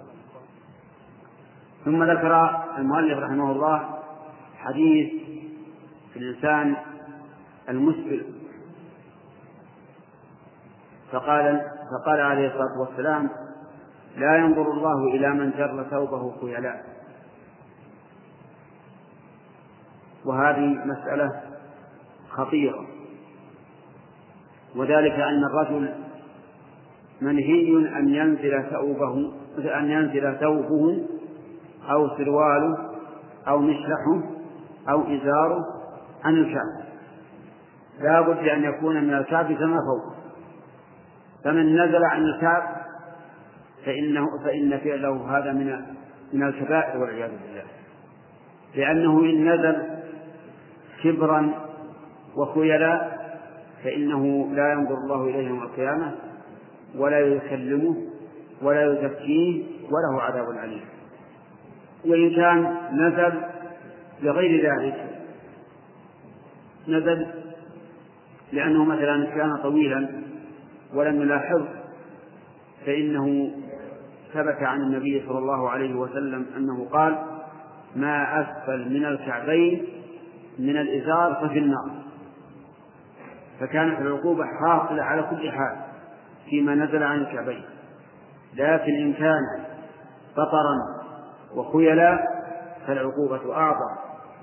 ثم ذكر المؤلف رحمه الله حديث في الإنسان المسبل، فقال فقال عليه الصلاة والسلام: لا ينظر الله إلى من جر ثوبه خيلاء. وهذه مسألة خطيرة، وذلك أن الرجل منهي أن ينزل ثوبه أن ينزل ثوبه أو سرواله أو مشلحه أو إزاره عن الكعب، لا بد أن يكون من الكعب كما فوق. فمن نزل عن الكعب فإنه فإن فعله هذا من من الكبائر والعياذ بالله، لأنه إن نزل كبرا وخيلاء فإنه لا ينظر الله إليه يوم القيامة ولا يكلمه ولا يزكيه وله عذاب أليم. وإن كان نزل بغير ذلك، نزل لأنه مثلا كان طويلا ولم يلاحظ، فإنه ثبت عن النبي صلى الله عليه وسلم أنه قال: ما أسفل من الكعبين من الإزار ففي النار. فكانت العقوبة حاصلة على كل حال فيما نزل عن الكعبين. لكن إن كان بطرا وخيلاء فالعقوبة أعظم.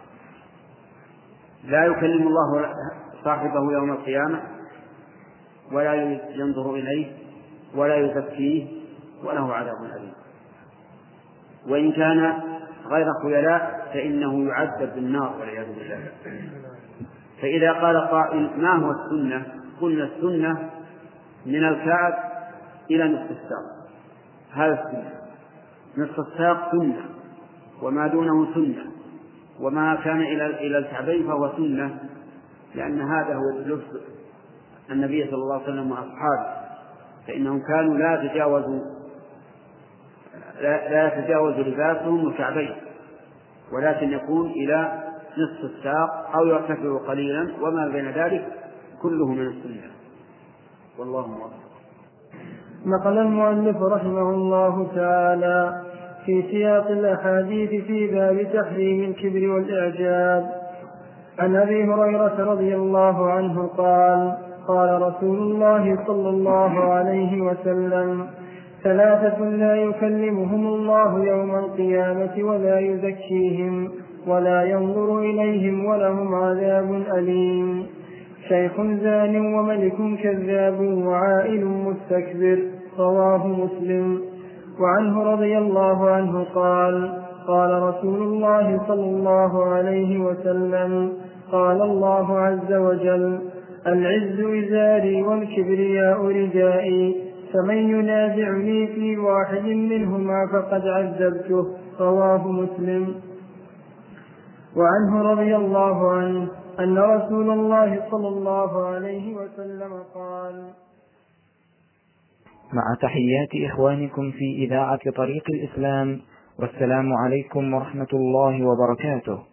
لا يكلم الله صاحبه يوم القيامة ولا ينظر إليه ولا يزكيه وله عذاب أليم. وإن كان غير خيلاء فإنه يعذب بالنار والعياذ بالله. فإذا قال قائل: ما هو السنة؟ قلنا السنة من الكعب إلى نصف الساق، هذا السنة. نصف الساق سنة، وما دونه سنة، وما كان إلى إلى الكعبين فهو سنة. لأن هذا هو لبس النبي صلى الله عليه وسلم وأصحابه، فإنهم كانوا لا يتجاوزوا لا, لا يتجاوز لباسهم الكعبين، ولكن يكون إلى نصف الساق أو يرتفع قليلا، وما بين ذلك كله من السنة. والله موفق. نقل المؤلف رحمه الله تعالى في سياق الأحاديث في باب تحريم الكبر والإعجاب عن أبي هريرة رضي الله عنه قال: قال رسول الله صلى الله عليه وسلم: ثلاثة لا يكلمهم الله يوم القيامة ولا يزكيهم ولا ينظر إليهم ولهم عذاب أليم: شيخ زان وملك كذاب وعائل مستكبر. رواه مسلم. وعنه رضي الله عنه قال: قال رسول الله صلى الله عليه وسلم: قال الله عز وجل: العز إزاري والكبرياء ردائي، فمن ينازعني في واحد منهما فقد عذبته. رواه مسلم. وعنه رضي الله عنه أن رسول الله صلى الله عليه وسلم قال: مع تحيات إخوانكم في إذاعة طريق الإسلام، والسلام عليكم ورحمة الله وبركاته.